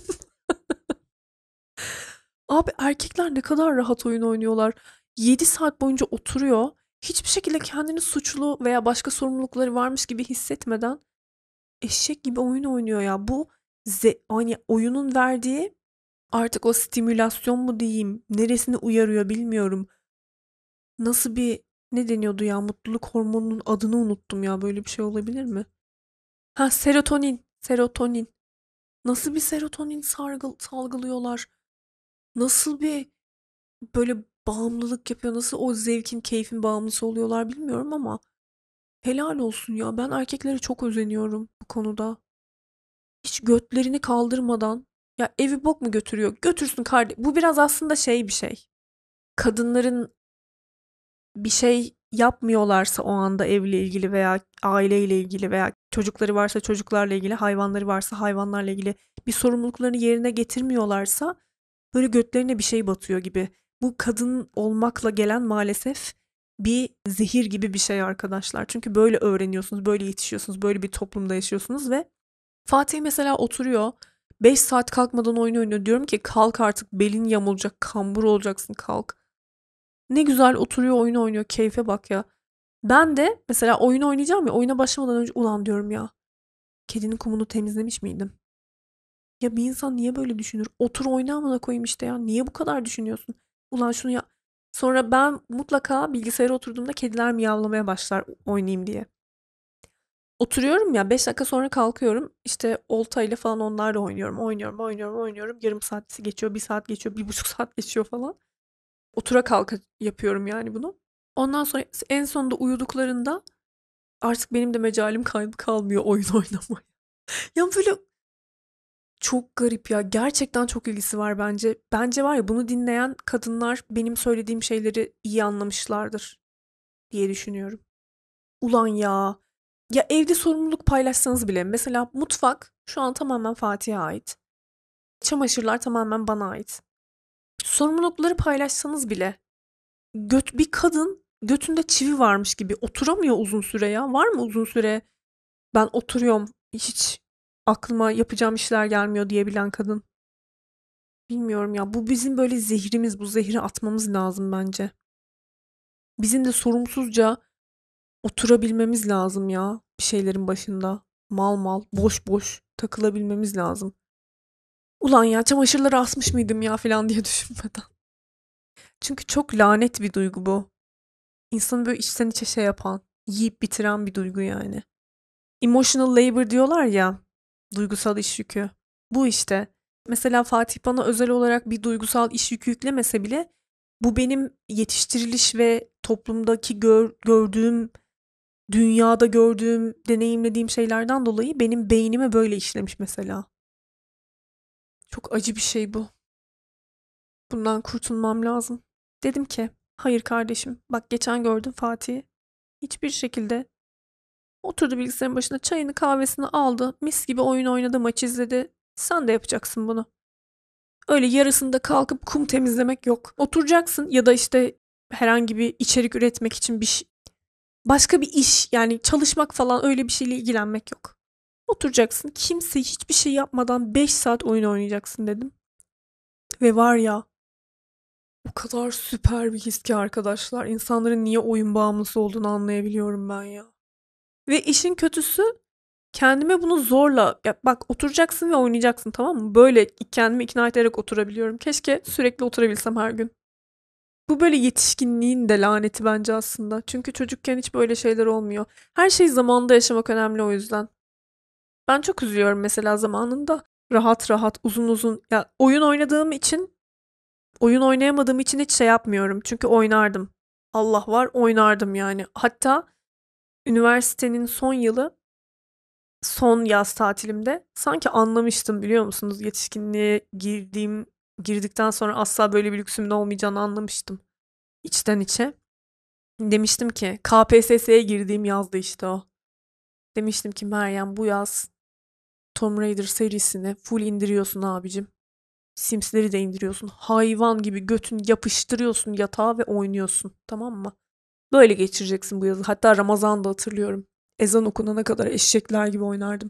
Abi erkekler ne kadar rahat oyun oynuyorlar. 7 saat boyunca oturuyor. Hiçbir şekilde kendini suçlu veya başka sorumlulukları varmış gibi hissetmeden eşek gibi oyun oynuyor ya. Bu hani oyunun verdiği artık o stimülasyon mu diyeyim, neresini uyarıyor bilmiyorum. Nasıl bir, ne deniyordu ya, mutluluk hormonunun adını unuttum ya, böyle bir şey olabilir mi? Ha, serotonin. Serotonin. Nasıl bir serotonin salgılıyorlar? Nasıl bir böyle bağımlılık yapıyor? Nasıl o zevkin, keyfin bağımlısı oluyorlar bilmiyorum ama helal olsun ya. Ben erkeklere çok özeniyorum bu konuda. Hiç götlerini kaldırmadan, ya evi bok mu götürüyor? Götürsün kardeş. Bu biraz aslında şey bir şey. Kadınların bir şey yapmıyorlarsa o anda evle ilgili veya aileyle ilgili veya çocukları varsa çocuklarla ilgili, hayvanları varsa hayvanlarla ilgili bir sorumluluklarını yerine getirmiyorlarsa böyle götlerine bir şey batıyor gibi. Bu kadın olmakla gelen maalesef bir zehir gibi bir şey arkadaşlar. Çünkü böyle öğreniyorsunuz, böyle yetişiyorsunuz, böyle bir toplumda yaşıyorsunuz ve Fatih mesela oturuyor. 5 saat kalkmadan oyun oynuyor. Diyorum ki kalk artık, belin yamulacak, kambur olacaksın, kalk. Ne güzel oturuyor, oyun oynuyor. Keyfe bak ya. Ben de mesela oyun oynayacağım ya, oyuna başlamadan önce ulan diyorum ya. Kedinin kumunu temizlemiş miydim? Ya bir insan niye böyle düşünür? Otur oyna amına koyayım işte ya. Niye bu kadar düşünüyorsun? Ulan şunu ya. Sonra ben mutlaka bilgisayara oturduğumda kediler miyavlamaya başlar oynayayım diye. Oturuyorum ya, 5 dakika sonra kalkıyorum. İşte oltayla falan onlarla oynuyorum. Oynuyorum. Yarım saat geçiyor, 1 saat geçiyor, 1,5 saat geçiyor falan. Otura kalka yapıyorum yani bunu. Ondan sonra en sonunda uyuduklarında artık benim de mecalim kalmıyor oyun oynamaya. Ya böyle çok garip ya. Gerçekten çok ilgisi var bence. Bence var ya, bunu dinleyen kadınlar benim söylediğim şeyleri iyi anlamışlardır diye düşünüyorum. Ulan ya. Ya evde sorumluluk paylaşsanız bile, mesela mutfak şu an tamamen Fatih'e ait. Çamaşırlar tamamen bana ait. Sorumlulukları paylaşsanız bile bir kadın götünde çivi varmış gibi oturamıyor uzun süre ya. Var mı uzun süre ben oturuyorum, hiç aklıma yapacağım işler gelmiyor diyebilen kadın? Bilmiyorum ya. Bu bizim böyle zehrimiz. Bu zehri atmamız lazım bence. Bizim de sorumsuzca oturabilmemiz lazım ya bir şeylerin başında. Mal mal, boş boş takılabilmemiz lazım. Ulan ya, çamaşırları asmış mıydım ya falan diye düşünmeden. Çünkü çok lanet bir duygu bu. İnsanı böyle içten içe şey yapan, yiyip bitiren bir duygu yani. Emotional labor diyorlar ya, duygusal iş yükü. Bu işte. Mesela Fatih bana özel olarak bir duygusal iş yükü yüklemese bile bu benim yetiştiriliş ve toplumdaki gördüğüm, dünyada gördüğüm, deneyimlediğim şeylerden dolayı benim beynime böyle işlemiş mesela. Çok acı bir şey bu. Bundan kurtulmam lazım. Dedim ki, hayır kardeşim, bak geçen gördüm Fatih'i. Hiçbir şekilde oturdu bilgisayarın başına, çayını kahvesini aldı. Mis gibi oyun oynadı, maç izledi. Sen de yapacaksın bunu. Öyle yarısında kalkıp kum temizlemek yok. Oturacaksın ya da işte herhangi bir içerik üretmek için başka bir iş, yani çalışmak falan, öyle bir şeyle ilgilenmek yok. Oturacaksın, kimse hiçbir şey yapmadan 5 saat oyun oynayacaksın dedim. Ve var ya, o kadar süper bir his ki arkadaşlar. İnsanların niye oyun bağımlısı olduğunu anlayabiliyorum ben ya. Ve işin kötüsü, kendime bunu zorla, ya bak oturacaksın ve oynayacaksın, tamam mı? Böyle kendimi ikna ederek oturabiliyorum. Keşke sürekli oturabilsem her gün. Bu böyle yetişkinliğin de laneti bence aslında. Çünkü çocukken hiç böyle şeyler olmuyor. Her şeyi zamanında yaşamak önemli o yüzden. Ben çok üzülüyorum mesela zamanında rahat rahat uzun uzun, ya oyun oynayamadığım için hiç şey yapmıyorum. Çünkü oynardım. Allah var, oynardım yani. Hatta üniversitenin son yılı, son yaz tatilimde sanki anlamıştım, biliyor musunuz? Yetişkinliğe girdiğim girdikten sonra asla böyle bir lüksümün olmayacağını anlamıştım. İçten içe. Demiştim ki KPSS'ye girdiğim yazdı işte o. Demiştim ki Meryem bu yaz Tomb Raider serisini full indiriyorsun abicim. Sims'leri de indiriyorsun. Hayvan gibi götün yapıştırıyorsun yatağa ve oynuyorsun. Tamam mı? Böyle geçireceksin bu yazı. Hatta Ramazan'da hatırlıyorum. Ezan okunana kadar eşekler gibi oynardım.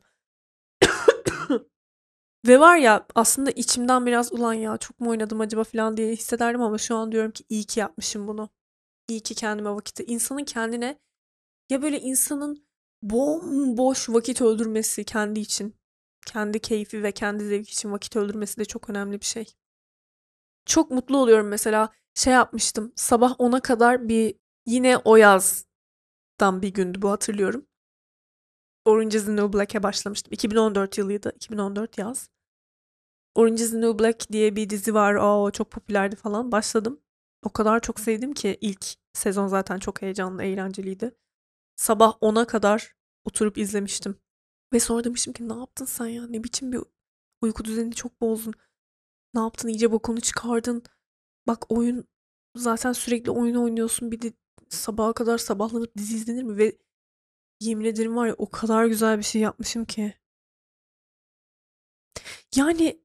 Ve var ya aslında içimden biraz ulan ya çok mu oynadım acaba falan diye hissederdim ama şu an diyorum ki iyi ki yapmışım bunu. İyi ki kendime vakit. İnsanın kendine ya böyle insanın bomboş vakit öldürmesi kendi için. Kendi keyfi ve kendi zevki için vakit öldürmesi de çok önemli bir şey. Çok mutlu oluyorum mesela şey yapmıştım. Sabah 10'a kadar bir yine o yazdan bir gündü bu hatırlıyorum. Orange is the New Black'e başlamıştım. 2014 yılıydı. 2014 yaz. Orange is the New Black diye bir dizi var. Aa, çok popülerdi falan. Başladım. O kadar çok sevdim ki ilk sezon zaten çok heyecanlı, eğlenceliydi. Sabah 10'a kadar oturup izlemiştim. Ve sonra demiştim ki ne yaptın sen ya? Ne biçim bir uyku düzenini çok bozdun. Ne yaptın? İyice bokunu çıkardın. Bak oyun zaten sürekli oyun oynuyorsun. Bir de sabaha kadar sabahlanıp dizi izlenir mi? Ve yemin ederim var ya o kadar güzel bir şey yapmışım ki. Yani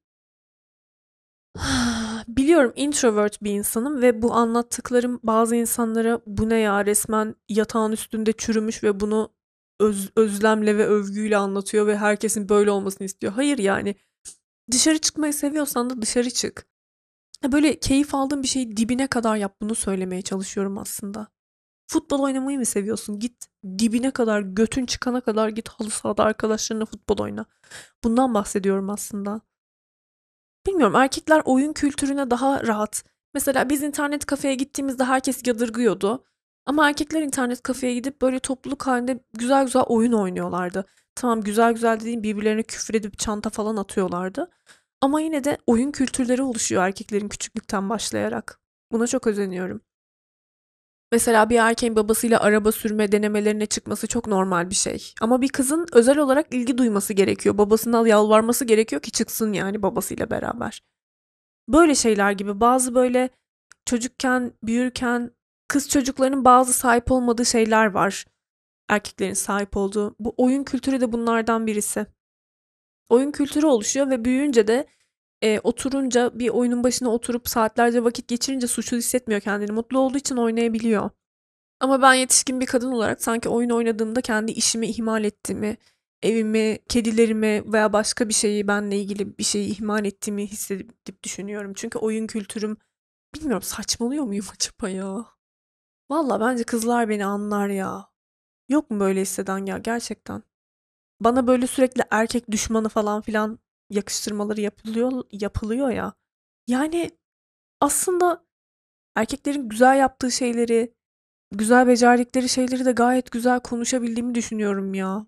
biliyorum introvert bir insanım ve bu anlattıklarım bazı insanlara bu ne ya resmen yatağın üstünde çürümüş ve bunu özlemle ve övgüyle anlatıyor ve herkesin böyle olmasını istiyor. Hayır yani dışarı çıkmayı seviyorsan da dışarı çık. Böyle keyif aldığın bir şeyi dibine kadar yap bunu söylemeye çalışıyorum aslında. Futbol oynamayı mı seviyorsun? Git dibine kadar götün çıkana kadar git halı sahada arkadaşlarına futbol oyna. Bundan bahsediyorum aslında. Bilmiyorum erkekler oyun kültürüne daha rahat. Mesela biz internet kafeye gittiğimizde herkes yadırgıyordu. Ama erkekler internet kafeye gidip böyle topluluk halinde güzel güzel oyun oynuyorlardı. Tamam güzel güzel dediğim birbirlerine küfür edip çanta falan atıyorlardı. Ama yine de oyun kültürleri oluşuyor erkeklerin küçüklükten başlayarak. Buna çok özeniyorum. Mesela bir erkeğin babasıyla araba sürme denemelerine çıkması çok normal bir şey. Ama bir kızın özel olarak ilgi duyması gerekiyor. Babasına yalvarması gerekiyor ki çıksın yani babasıyla beraber. Böyle şeyler gibi bazı böyle çocukken, büyürken kız çocuklarının bazı sahip olmadığı şeyler var. Erkeklerin sahip olduğu. Bu oyun kültürü de bunlardan birisi. Oyun kültürü oluşuyor ve büyüyünce de oturunca bir oyunun başına oturup saatlerce vakit geçirince suçlu hissetmiyor kendini. Mutlu olduğu için oynayabiliyor. Ama ben yetişkin bir kadın olarak sanki oyun oynadığımda kendi işimi ihmal ettiğimi, evimi, kedilerimi veya başka bir şeyi benle ilgili bir şeyi ihmal ettiğimi hissedip düşünüyorum. Çünkü oyun kültürüm bilmiyorum saçmalıyor muyum acaba ya? Valla bence kızlar beni anlar ya. Yok mu böyle hisseden ya gerçekten? Bana böyle sürekli erkek düşmanı falan filan yakıştırmaları yapılıyor ya. Yani aslında erkeklerin güzel yaptığı şeyleri, güzel becerdikleri şeyleri de gayet güzel konuşabildiğimi düşünüyorum ya.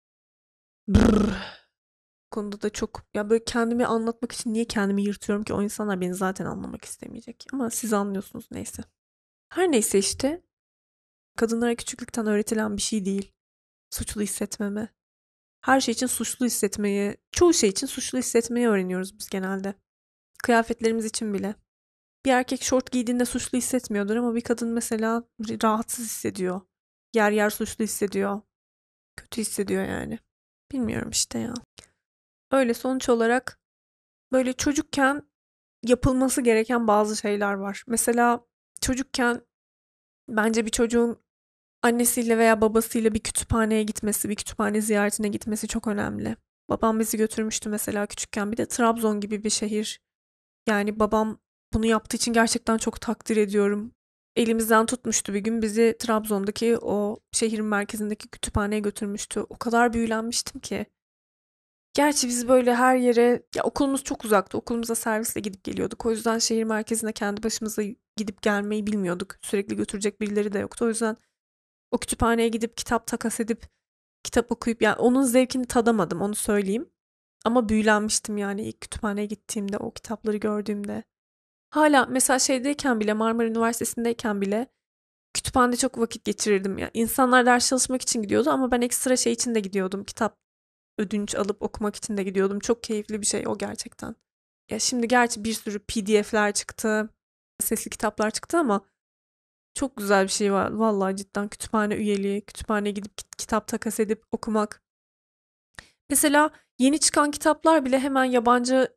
Brrr. Bu konuda da çok ya böyle kendimi anlatmak için niye kendimi yırtıyorum ki o insanlar beni zaten anlamak istemeyecek. Ama siz anlıyorsunuz neyse. Her neyse işte kadınlara küçüklükten öğretilen bir şey değil. Suçlu hissetmeme. Her şey için suçlu hissetmeyi, çoğu şey için suçlu hissetmeyi öğreniyoruz biz genelde. Kıyafetlerimiz için bile. Bir erkek şort giydiğinde suçlu hissetmiyordur ama bir kadın mesela rahatsız hissediyor. Yer yer suçlu hissediyor. Kötü hissediyor yani. Bilmiyorum işte ya. Öyle sonuç olarak böyle çocukken yapılması gereken bazı şeyler var. Mesela çocukken bence bir çocuğun annesiyle veya babasıyla bir kütüphaneye gitmesi, bir kütüphane ziyaretine gitmesi çok önemli. Babam bizi götürmüştü mesela küçükken. Bir de Trabzon gibi bir şehir. Yani babam bunu yaptığı için gerçekten çok takdir ediyorum. Elimizden tutmuştu bir gün bizi Trabzon'daki o şehrin merkezindeki kütüphaneye götürmüştü. O kadar büyülenmiştim ki. Gerçi biz böyle her yere ya okulumuz çok uzaktı. Okulumuza servisle gidip geliyorduk. O yüzden şehir merkezine kendi başımıza gidip gelmeyi bilmiyorduk. Sürekli götürecek birileri de yoktu. O yüzden o kütüphaneye gidip kitap takas edip kitap okuyup yani onun zevkini tadamadım onu söyleyeyim. Ama büyülenmiştim yani ilk kütüphaneye gittiğimde o kitapları gördüğümde. Hala mesela şeydeyken bile Marmara Üniversitesi'ndeyken bile kütüphanede çok vakit geçirirdim ya. İnsanlar ders çalışmak için gidiyordu ama ben ekstra şey için de gidiyordum. Kitap ödünç alıp okumak için de gidiyordum. Çok keyifli bir şey o gerçekten. Ya şimdi gerçi bir sürü PDF'ler çıktı, sesli kitaplar çıktı ama çok güzel bir şey var. Vallahi cidden kütüphane üyeliği, kütüphaneye gidip kitap takas edip okumak. Mesela yeni çıkan kitaplar bile hemen yabancı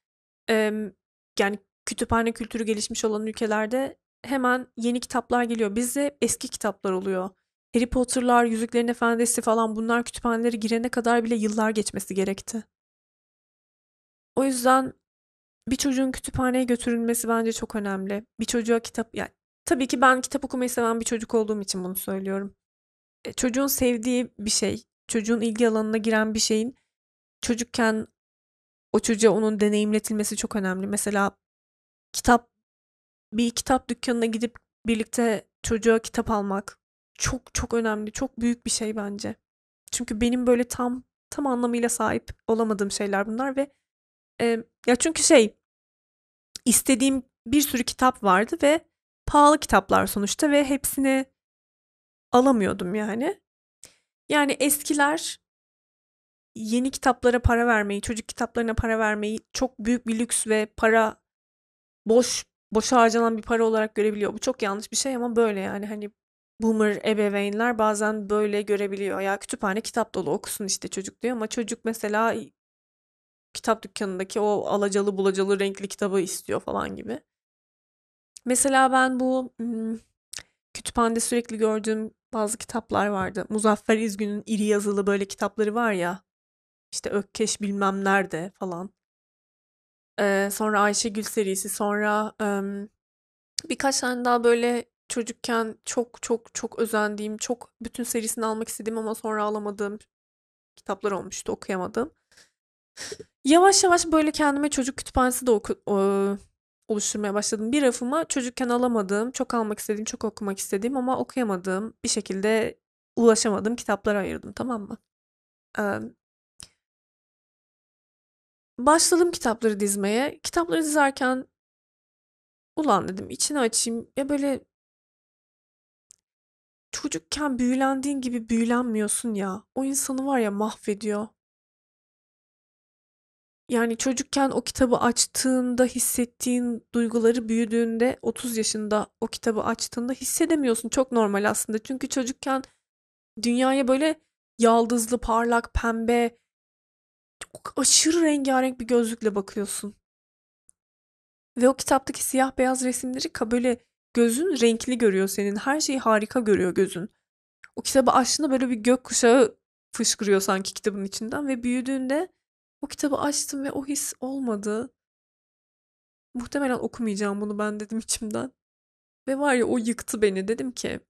yani kütüphane kültürü gelişmiş olan ülkelerde hemen yeni kitaplar geliyor. Bizde eski kitaplar oluyor. Harry Potter'lar, Yüzüklerin Efendisi falan bunlar kütüphanelere girene kadar bile yıllar geçmesi gerekti. O yüzden bir çocuğun kütüphaneye götürülmesi bence çok önemli. Bir çocuğa kitap yani tabii ki ben kitap okumayı seven bir çocuk olduğum için bunu söylüyorum. Çocuğun sevdiği bir şey, çocuğun ilgi alanına giren bir şeyin çocukken o çocuğa onun deneyimletilmesi çok önemli. Mesela kitap bir kitap dükkanına gidip birlikte çocuğa kitap almak çok çok önemli, çok büyük bir şey bence. Çünkü benim böyle tam anlamıyla sahip olamadığım şeyler bunlar ve ya çünkü istediğim bir sürü kitap vardı ve pahalı kitaplar sonuçta ve hepsini alamıyordum yani. Yani eskiler yeni kitaplara para vermeyi, çocuk kitaplarına para vermeyi çok büyük bir lüks ve boşa harcanan bir para olarak görebiliyor. Bu çok yanlış bir şey ama böyle yani hani boomer ebeveynler bazen böyle görebiliyor. Ya kütüphane kitap dolu okusun işte çocuk diyor ama çocuk mesela kitap dükkanındaki o alacalı bulacalı renkli kitabı istiyor falan gibi. Mesela ben bu kütüphanede sürekli gördüğüm bazı kitaplar vardı. Muzaffer İzgün'ün iri yazılı böyle kitapları var ya. İşte Ökkeş bilmem nerede falan. Sonra Ayşegül serisi, sonra birkaç tane daha böyle çocukken çok çok çok özendiğim, çok bütün serisini almak istediğim ama sonra alamadığım kitaplar olmuştu, okuyamadım. Yavaş yavaş böyle kendime çocuk kütüphanesi de oluşturmaya başladım. Bir rafıma çocukken alamadığım, çok almak istediğim, çok okumak istediğim ama okuyamadığım, bir şekilde ulaşamadığım kitaplara ayırdım, tamam mı? Ee, Başladım kitapları dizmeye. Kitapları dizerken ulan dedim içini açayım. Ya böyle çocukken büyülendiğin gibi büyülenmiyorsun ya. O insanı var ya mahvediyor. Yani çocukken o kitabı açtığında hissettiğin duyguları büyüdüğünde 30 yaşında o kitabı açtığında hissedemiyorsun. Çok normal aslında. Çünkü çocukken dünyaya böyle yaldızlı, parlak, pembe, çok aşırı rengarenk bir gözlükle bakıyorsun. Ve o kitaptaki siyah beyaz resimleri böyle gözün renkli görüyor senin. Her şeyi harika görüyor gözün. O kitabı açtığında böyle bir gökkuşağı fışkırıyor sanki kitabın içinden ve büyüdüğünde o kitabı açtım ve o his olmadı. Muhtemelen okumayacağım bunu ben dedim içimden. Ve var ya o yıktı beni. Dedim ki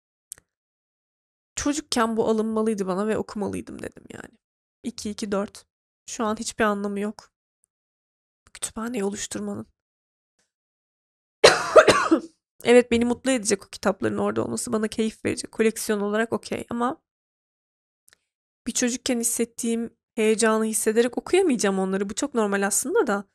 çocukken bu alınmalıydı bana ve okumalıydım dedim yani. 2-2-4. Şu an hiçbir anlamı yok. Kütüphaneyi oluşturmanın. Evet beni mutlu edecek o kitapların orada olması. Bana keyif verecek. Koleksiyon olarak okey ama bir çocukken hissettiğim heyecanı hissederek okuyamayacağım onları. Bu çok normal aslında da.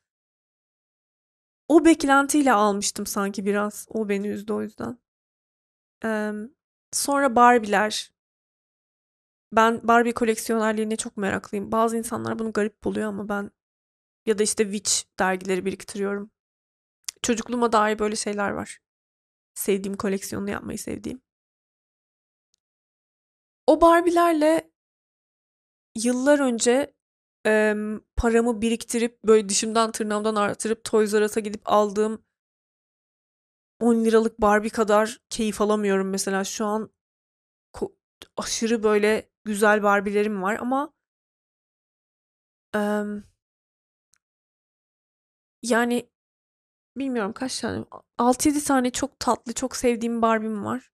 O beklentiyle almıştım sanki biraz. O beni üzdü o yüzden. Eee, Sonra Barbie'ler. Ben Barbie koleksiyonerliğine çok meraklıyım. Bazı insanlar bunu garip buluyor ama ben ya da işte Witch dergileri biriktiriyorum. Çocukluğuma dair böyle şeyler var. Sevdiğim koleksiyonunu yapmayı sevdiğim. O Barbie'lerle yıllar önce paramı biriktirip böyle dişimden tırnağımdan artırıp Toys R Us'a gidip aldığım 10 liralık Barbie kadar keyif alamıyorum mesela. Şu an aşırı böyle güzel Barbie'lerim var ama em, yani bilmiyorum kaç tane. 6-7 tane çok tatlı, çok sevdiğim Barbie'm var.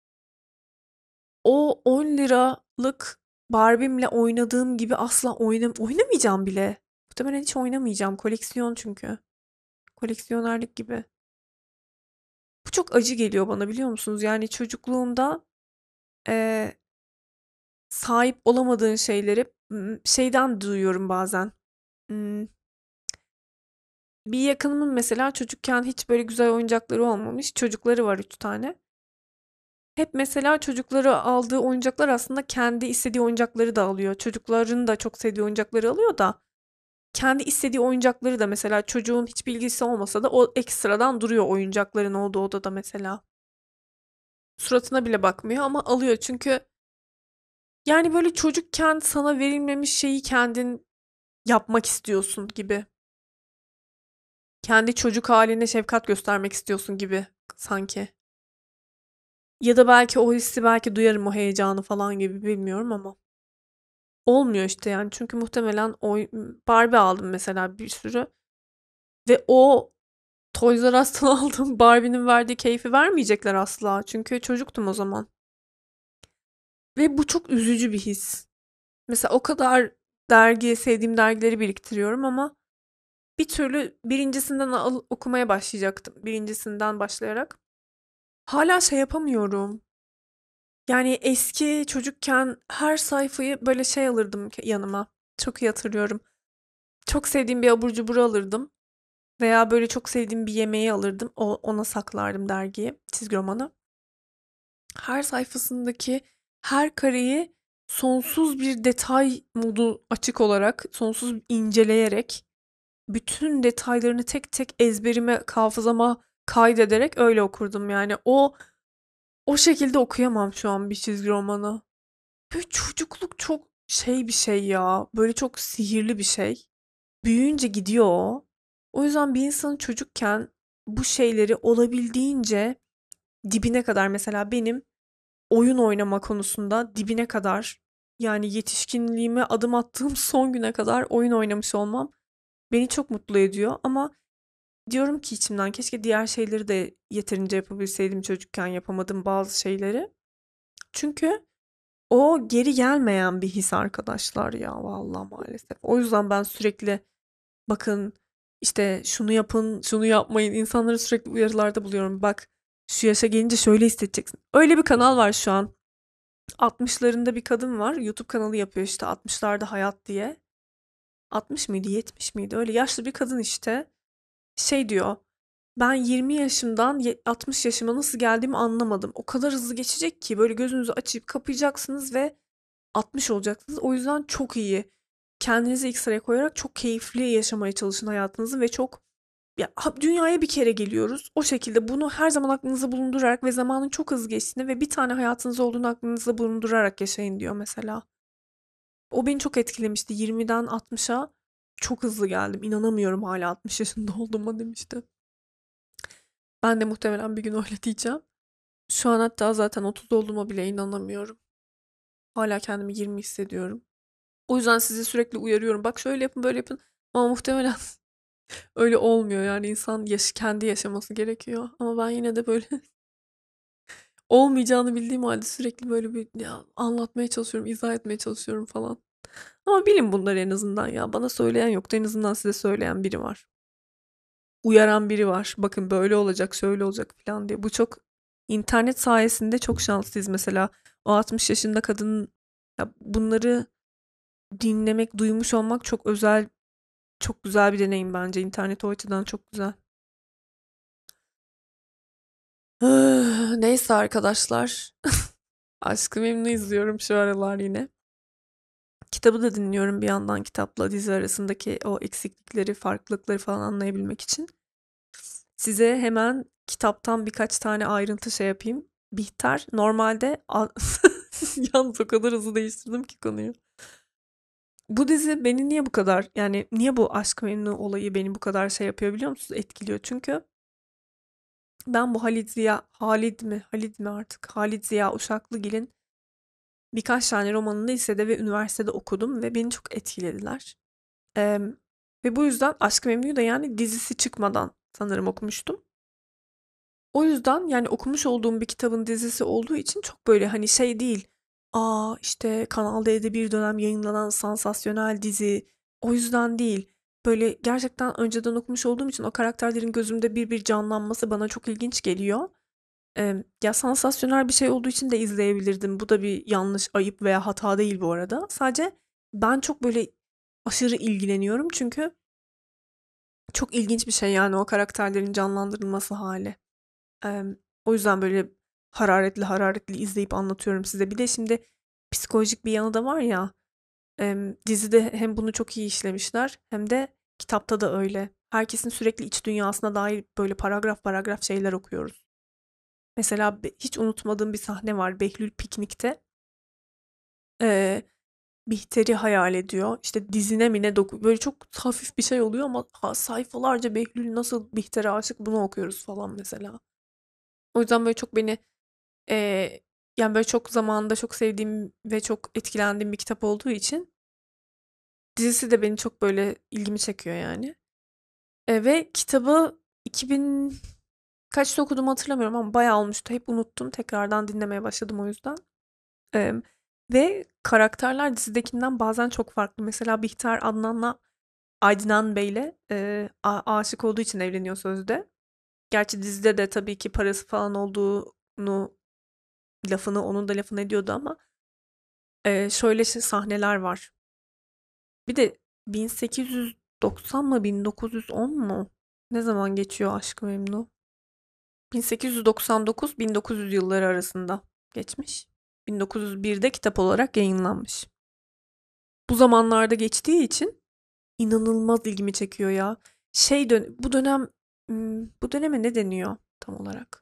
O 10 liralık Barbie'mle oynadığım gibi asla oynamayacağım bile. Muhtemelen hiç oynamayacağım. Koleksiyon çünkü. Koleksiyonerlik gibi. Bu çok acı geliyor bana biliyor musunuz? Yani çocukluğumda eee, sahip olamadığın şeyleri şeyden duyuyorum bazen. Hmm, Bir yakınımın mesela çocukken hiç böyle güzel oyuncakları olmamış. Çocukları var 3 tane. Hep mesela çocukları aldığı oyuncaklar aslında kendi istediği oyuncakları da alıyor. Çocukların da çok sevdiği oyuncakları alıyor da kendi istediği oyuncakları da mesela çocuğun hiç bilgisi olmasa da o ekstradan duruyor oyuncakların olduğu odada mesela. Suratına bile bakmıyor ama alıyor çünkü yani böyle çocukken sana verilmemiş şeyi kendin yapmak istiyorsun gibi. Kendi çocuk haline şefkat göstermek istiyorsun gibi sanki. Ya da belki o hissi belki duyarım o heyecanı falan gibi bilmiyorum ama. Olmuyor işte yani çünkü muhtemelen Barbie aldım mesela bir sürü ve o Toys R Us'tan aldığım Barbie'nin verdiği keyfi vermeyecekler asla. Çünkü çocuktum o zaman. Ve bu çok üzücü bir his. Mesela o kadar sevdiğim dergileri biriktiriyorum ama bir türlü birincisinden okumaya başlayacaktım. Birincisinden başlayarak. Hala şey yapamıyorum. Yani eski çocukken her sayfayı böyle şey alırdım yanıma. Çok iyi hatırlıyorum. Çok sevdiğim bir abur cubur alırdım. Veya böyle çok sevdiğim bir yemeği alırdım. Ona saklardım dergiyi, çizgi romanı. Her sayfasındaki her kareyi sonsuz bir detay modu açık olarak, sonsuz inceleyerek, bütün detaylarını tek tek ezberime, hafızama kaydederek öyle okurdum yani. O şekilde okuyamam şu an bir çizgi romanı. Böyle çocukluk çok şey bir şey ya. Böyle çok sihirli bir şey. Büyüyünce gidiyor o. O yüzden bir insanın çocukken bu şeyleri olabildiğince dibine kadar mesela benim oyun oynama konusunda dibine kadar yani yetişkinliğime adım attığım son güne kadar oyun oynamış olmam beni çok mutlu ediyor ama diyorum ki içimden keşke diğer şeyleri de yeterince yapabilseydim çocukken yapamadığım bazı şeyleri. Çünkü o geri gelmeyen bir his arkadaşlar ya vallahi maalesef. O yüzden ben sürekli bakın işte şunu yapın, şunu yapmayın. İnsanlara sürekli uyarılarda buluyorum. Bak şu yaşa gelince şöyle hissedeceksin. Öyle bir kanal var şu an. 60'larında bir kadın var. YouTube kanalı yapıyor işte 60'larda hayat diye. 60 mıydı, 70 miydi? Öyle yaşlı bir kadın işte. Şey diyor. Ben 20 yaşımdan 60 yaşıma nasıl geldiğimi anlamadım. O kadar hızlı geçecek ki böyle gözünüzü açıp kapayacaksınız ve 60 olacaksınız. O yüzden çok iyi. Kendinizi ilk sıraya koyarak çok keyifli yaşamaya çalışın hayatınızı ve çok ya, dünyaya bir kere geliyoruz. O şekilde bunu her zaman aklınızda bulundurarak ve zamanın çok hızlı geçtiğini ve bir tane hayatınız olduğunu aklınızda bulundurarak yaşayın diyor mesela. O beni çok etkilemişti. 20'den 60'a çok hızlı geldim. İnanamıyorum hala 60 yaşında olduğuma demişti. Ben de muhtemelen bir gün öyle diyeceğim. Şu an hatta zaten 30 olduğuma bile inanamıyorum. Hala kendimi 20 hissediyorum. O yüzden sizi sürekli uyarıyorum. Bak şöyle yapın, böyle yapın. Ama muhtemelen öyle olmuyor. Yani insan kendi yaşaması gerekiyor. Ama ben yine de böyle olmayacağını bildiğim halde sürekli böyle bir ya, anlatmaya çalışıyorum, izah etmeye çalışıyorum falan. Ama bilin bunları en azından ya. Bana söyleyen yoktu. En azından size söyleyen biri var. Uyaran biri var. Bakın böyle olacak, şöyle olacak falan diye. Bu çok internet sayesinde çok şanslıyız mesela. O 60 yaşında kadının ya bunları dinlemek, duymuş olmak çok özel, çok güzel bir deneyim bence. İnternet o açıdan çok güzel. Neyse arkadaşlar. Aşk-ı Memnu izliyorum şu aralar yine. Kitabı da dinliyorum bir yandan kitapla dizi arasındaki o eksiklikleri, farklılıkları falan anlayabilmek için. Size hemen kitaptan birkaç tane ayrıntı şey yapayım. Bihter normalde yalnız o kadar hızlı değiştirdim ki konuyu. Bu dizi beni niye bu kadar yani niye bu Aşk-ı Memnu olayı beni bu kadar şey yapıyor biliyor musunuz? Etkiliyor çünkü ben bu Halid mi artık? Halid Ziya Uşaklıgil'in birkaç tane romanını lisede ve üniversitede okudum ve beni çok etkilediler. Em, Ve bu yüzden Aşk-ı Memnu'yu da yani dizisi çıkmadan sanırım okumuştum. O yüzden yani okumuş olduğum bir kitabın dizisi olduğu için çok böyle hani şey değil. Aa işte Kanal D'de bir dönem yayınlanan sansasyonel dizi. O yüzden değil. Böyle gerçekten önceden okumuş olduğum için o karakterlerin gözümde bir canlanması bana çok ilginç geliyor. Ya sansasyonel bir şey olduğu için de izleyebilirdim. Bu da bir yanlış, ayıp veya hata değil bu arada. Sadece ben çok böyle aşırı ilgileniyorum çünkü çok ilginç bir şey yani o karakterlerin canlandırılması hali. O yüzden böyle hararetli hararetli izleyip anlatıyorum size. Bir de şimdi psikolojik bir yanı da var ya. Dizide hem bunu çok iyi işlemişler hem de kitapta da öyle. Herkesin sürekli iç dünyasına dair böyle paragraf paragraf şeyler okuyoruz. Mesela hiç unutmadığım bir sahne var. Behlül piknikte eee, Bihter'i hayal ediyor. İşte dizine mi ne böyle çok hafif bir şey oluyor ama sayfalarca Behlül nasıl Bihter'e aşık bunu okuyoruz falan mesela. O yüzden böyle çok beni eee, yani böyle çok zamanında çok sevdiğim ve çok etkilendiğim bir kitap olduğu için dizisi de beni çok böyle ilgimi çekiyor yani. Ve kitabı 2000 kaçta okuduğumu hatırlamıyorum ama bayağı olmuştu. Hep unuttum. Tekrardan dinlemeye başladım o yüzden. Emm, ve karakterler dizidekinden bazen çok farklı. Mesela Bihter Adnan'la Adnan Bey'le aşık olduğu için evleniyor sözde. Gerçi dizide de tabii ki parası falan olduğunu onun da lafını ediyordu ama şöyle sahneler var. Bir de 1890 mı 1910 mu? Ne zaman geçiyor Aşk-ı Memnu? 1899-1900 yılları arasında geçmiş. 1901'de kitap olarak yayınlanmış. Bu zamanlarda geçtiği için inanılmaz ilgimi çekiyor ya. Bu dönem bu döneme ne deniyor tam olarak?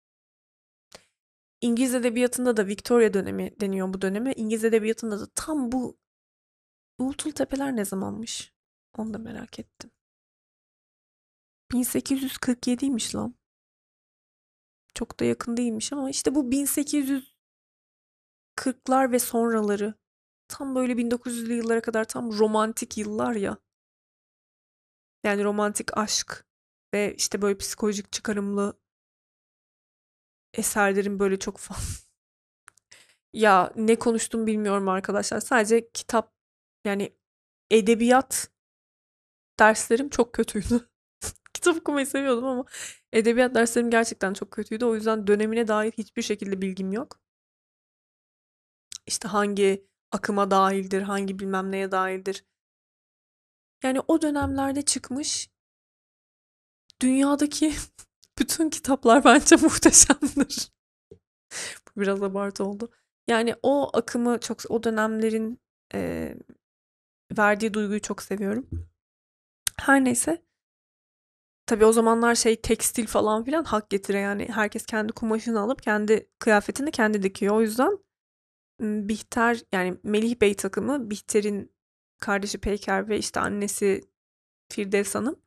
İngiliz edebiyatında da Victoria dönemi deniyor bu döneme. İngiliz edebiyatında da tam bu Uğultul Tepeler ne zamanmış? Onu da merak ettim. 1847'ymiş lan. Çok da yakın değilmiş ama işte bu 1840'lar ve sonraları tam böyle 1900'lü yıllara kadar tam romantik yıllar ya. Yani romantik aşk ve işte böyle psikolojik çıkarımlı eserlerin böyle çok fazla. Ya ne konuştum bilmiyorum arkadaşlar. Sadece kitap yani edebiyat derslerim çok kötüydü. Kitap okumayı seviyordum ama edebiyat derslerim gerçekten çok kötüydü. O yüzden dönemine dair hiçbir şekilde bilgim yok. İşte hangi akıma dahildir, hangi bilmem neye dahildir. Yani o dönemlerde çıkmış dünyadaki bütün kitaplar bence muhteşemdir. Bu biraz abartı oldu. Yani o akımı çok, o dönemlerin e, verdiği duyguyu çok seviyorum. Her neyse. Tabii o zamanlar tekstil falan filan hak getire yani herkes kendi kumaşını alıp kendi kıyafetini kendi dikiyor. O yüzden Bihter yani Melih Bey takımı Bihter'in kardeşi Peyker ve işte annesi Firdevs Hanım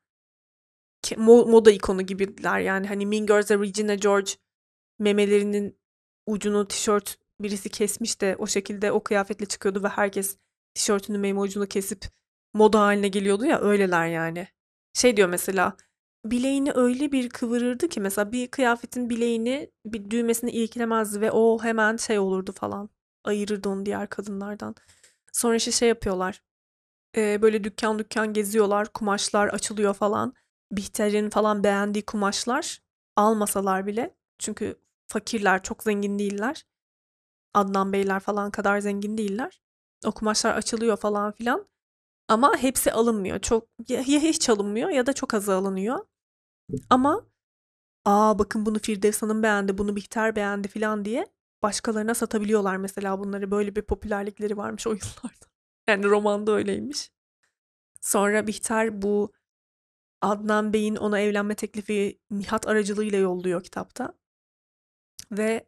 moda ikonu gibiler yani hani Mean Girls'da Regina George memelerinin ucunu tişört birisi kesmiş de o şekilde o kıyafetle çıkıyordu ve herkes tişörtünün meme ucunu kesip moda haline geliyordu ya öyleler yani. Diyor mesela bileğini öyle bir kıvırırdı ki mesela bir kıyafetin bileğini bir düğmesini iliklemezdi ve o hemen olurdu falan. Ayırırdı onu diğer kadınlardan. Sonra işte yapıyorlar. Böyle dükkan dükkan geziyorlar. Kumaşlar açılıyor falan. Bihter'in falan beğendiği kumaşlar almasalar bile. Çünkü fakirler, çok zengin değiller. Adnan Beyler falan kadar zengin değiller. O kumaşlar açılıyor falan filan. Ama hepsi alınmıyor. Çok ya hiç alınmıyor ya da çok azı alınıyor. Ama bakın bunu Firdevs Hanım beğendi, bunu Bihter beğendi filan diye başkalarına satabiliyorlar mesela bunları. Böyle bir popülerlikleri varmış o yıllarda. Yani romanda öyleymiş. Sonra Bihter bu Adnan Bey'in ona evlenme teklifi Nihat aracılığıyla yolluyor kitapta. Ve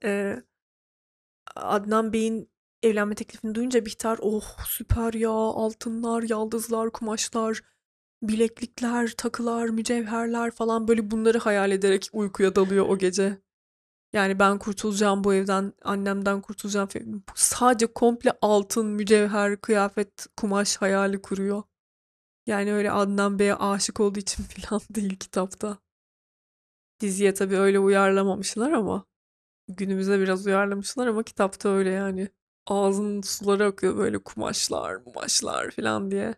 Adnan Bey'in evlenme teklifini duyunca Bihter oh süper ya altınlar, yaldızlar, kumaşlar, bileklikler, takılar, mücevherler falan böyle bunları hayal ederek uykuya dalıyor o gece. Yani ben kurtulacağım bu evden, annemden kurtulacağım. Sadece komple altın, mücevher, kıyafet, kumaş hayali kuruyor. Yani öyle Adnan Bey'e aşık olduğu için falan değil kitapta. Diziye tabii öyle uyarlamamışlar ama günümüze biraz uyarlamışlar ama kitapta öyle yani. Ağzının suları akıyor böyle kumaşlar, mumaşlar falan diye.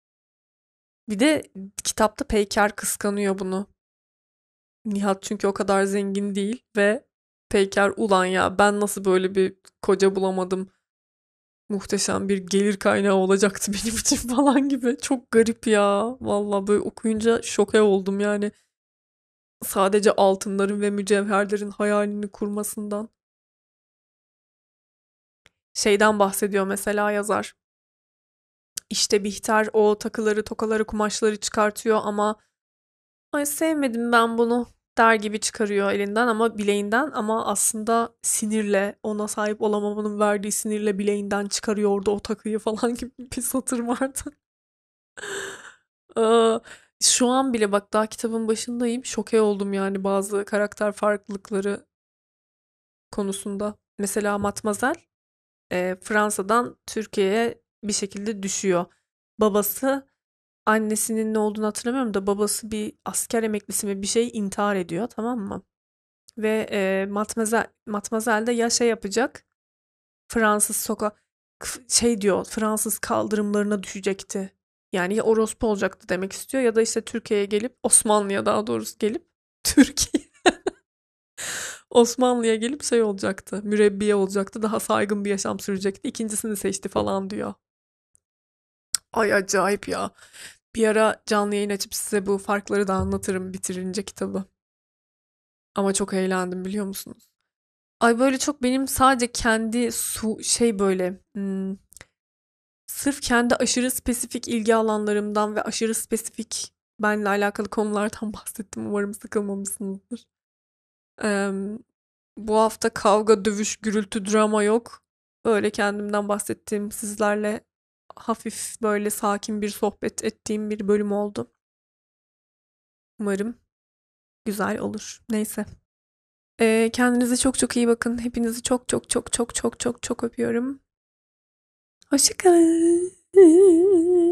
Bir de kitapta Peyker kıskanıyor bunu. Nihat çünkü o kadar zengin değil ve Peyker ulan ya ben nasıl böyle bir koca bulamadım. Muhteşem bir gelir kaynağı olacaktı benim için falan gibi. Çok garip ya. Vallahi böyle okuyunca şoke oldum yani. Sadece altınların ve mücevherlerin hayalini kurmasından. Bahsediyor mesela yazar. İşte Bihter o takıları, tokaları, kumaşları çıkartıyor ama ay sevmedim ben bunu der gibi çıkarıyor elinden ama bileğinden ama aslında sinirle ona sahip olamamanın verdiği sinirle bileğinden çıkarıyordu o takıyı falan gibi bir satır vardı. Aa, şu an bile bak daha kitabın başındayım. Şoke oldum yani bazı karakter farklılıkları konusunda. Mesela Matmazel Fransa'dan Türkiye'ye bir şekilde düşüyor. Babası annesinin ne olduğunu hatırlamıyorum da babası bir asker emeklisi mi bir şey intihar ediyor, tamam mı? Ve Matmazel de ya şey yapacak Fransız şey diyor Fransız kaldırımlarına düşecekti. Yani ya orospu olacaktı demek istiyor ya da işte Türkiye'ye gelip Osmanlı'ya daha doğrusu gelip Türkiye Osmanlı'ya gelip şey olacaktı. Mürebbiye olacaktı. Daha saygın bir yaşam sürecekti. İkincisini seçti falan diyor. Ay acayip ya. Bir ara canlı yayın açıp size bu farkları da anlatırım bitirince kitabı. Ama çok eğlendim biliyor musunuz? Ay böyle çok benim sadece kendi şey böyle sırf kendi aşırı spesifik ilgi alanlarımdan ve aşırı spesifik benle alakalı konulardan bahsettim. Umarım sıkılmamışsınızdır. Em, bu hafta kavga, dövüş, gürültü, drama yok. Öyle kendimden bahsettiğim, sizlerle hafif böyle sakin bir sohbet ettiğim bir bölüm oldu. Umarım güzel olur. Neyse. Kendinize çok çok iyi bakın. Hepinizi çok çok çok çok çok çok çok öpüyorum. Hoşça kalın.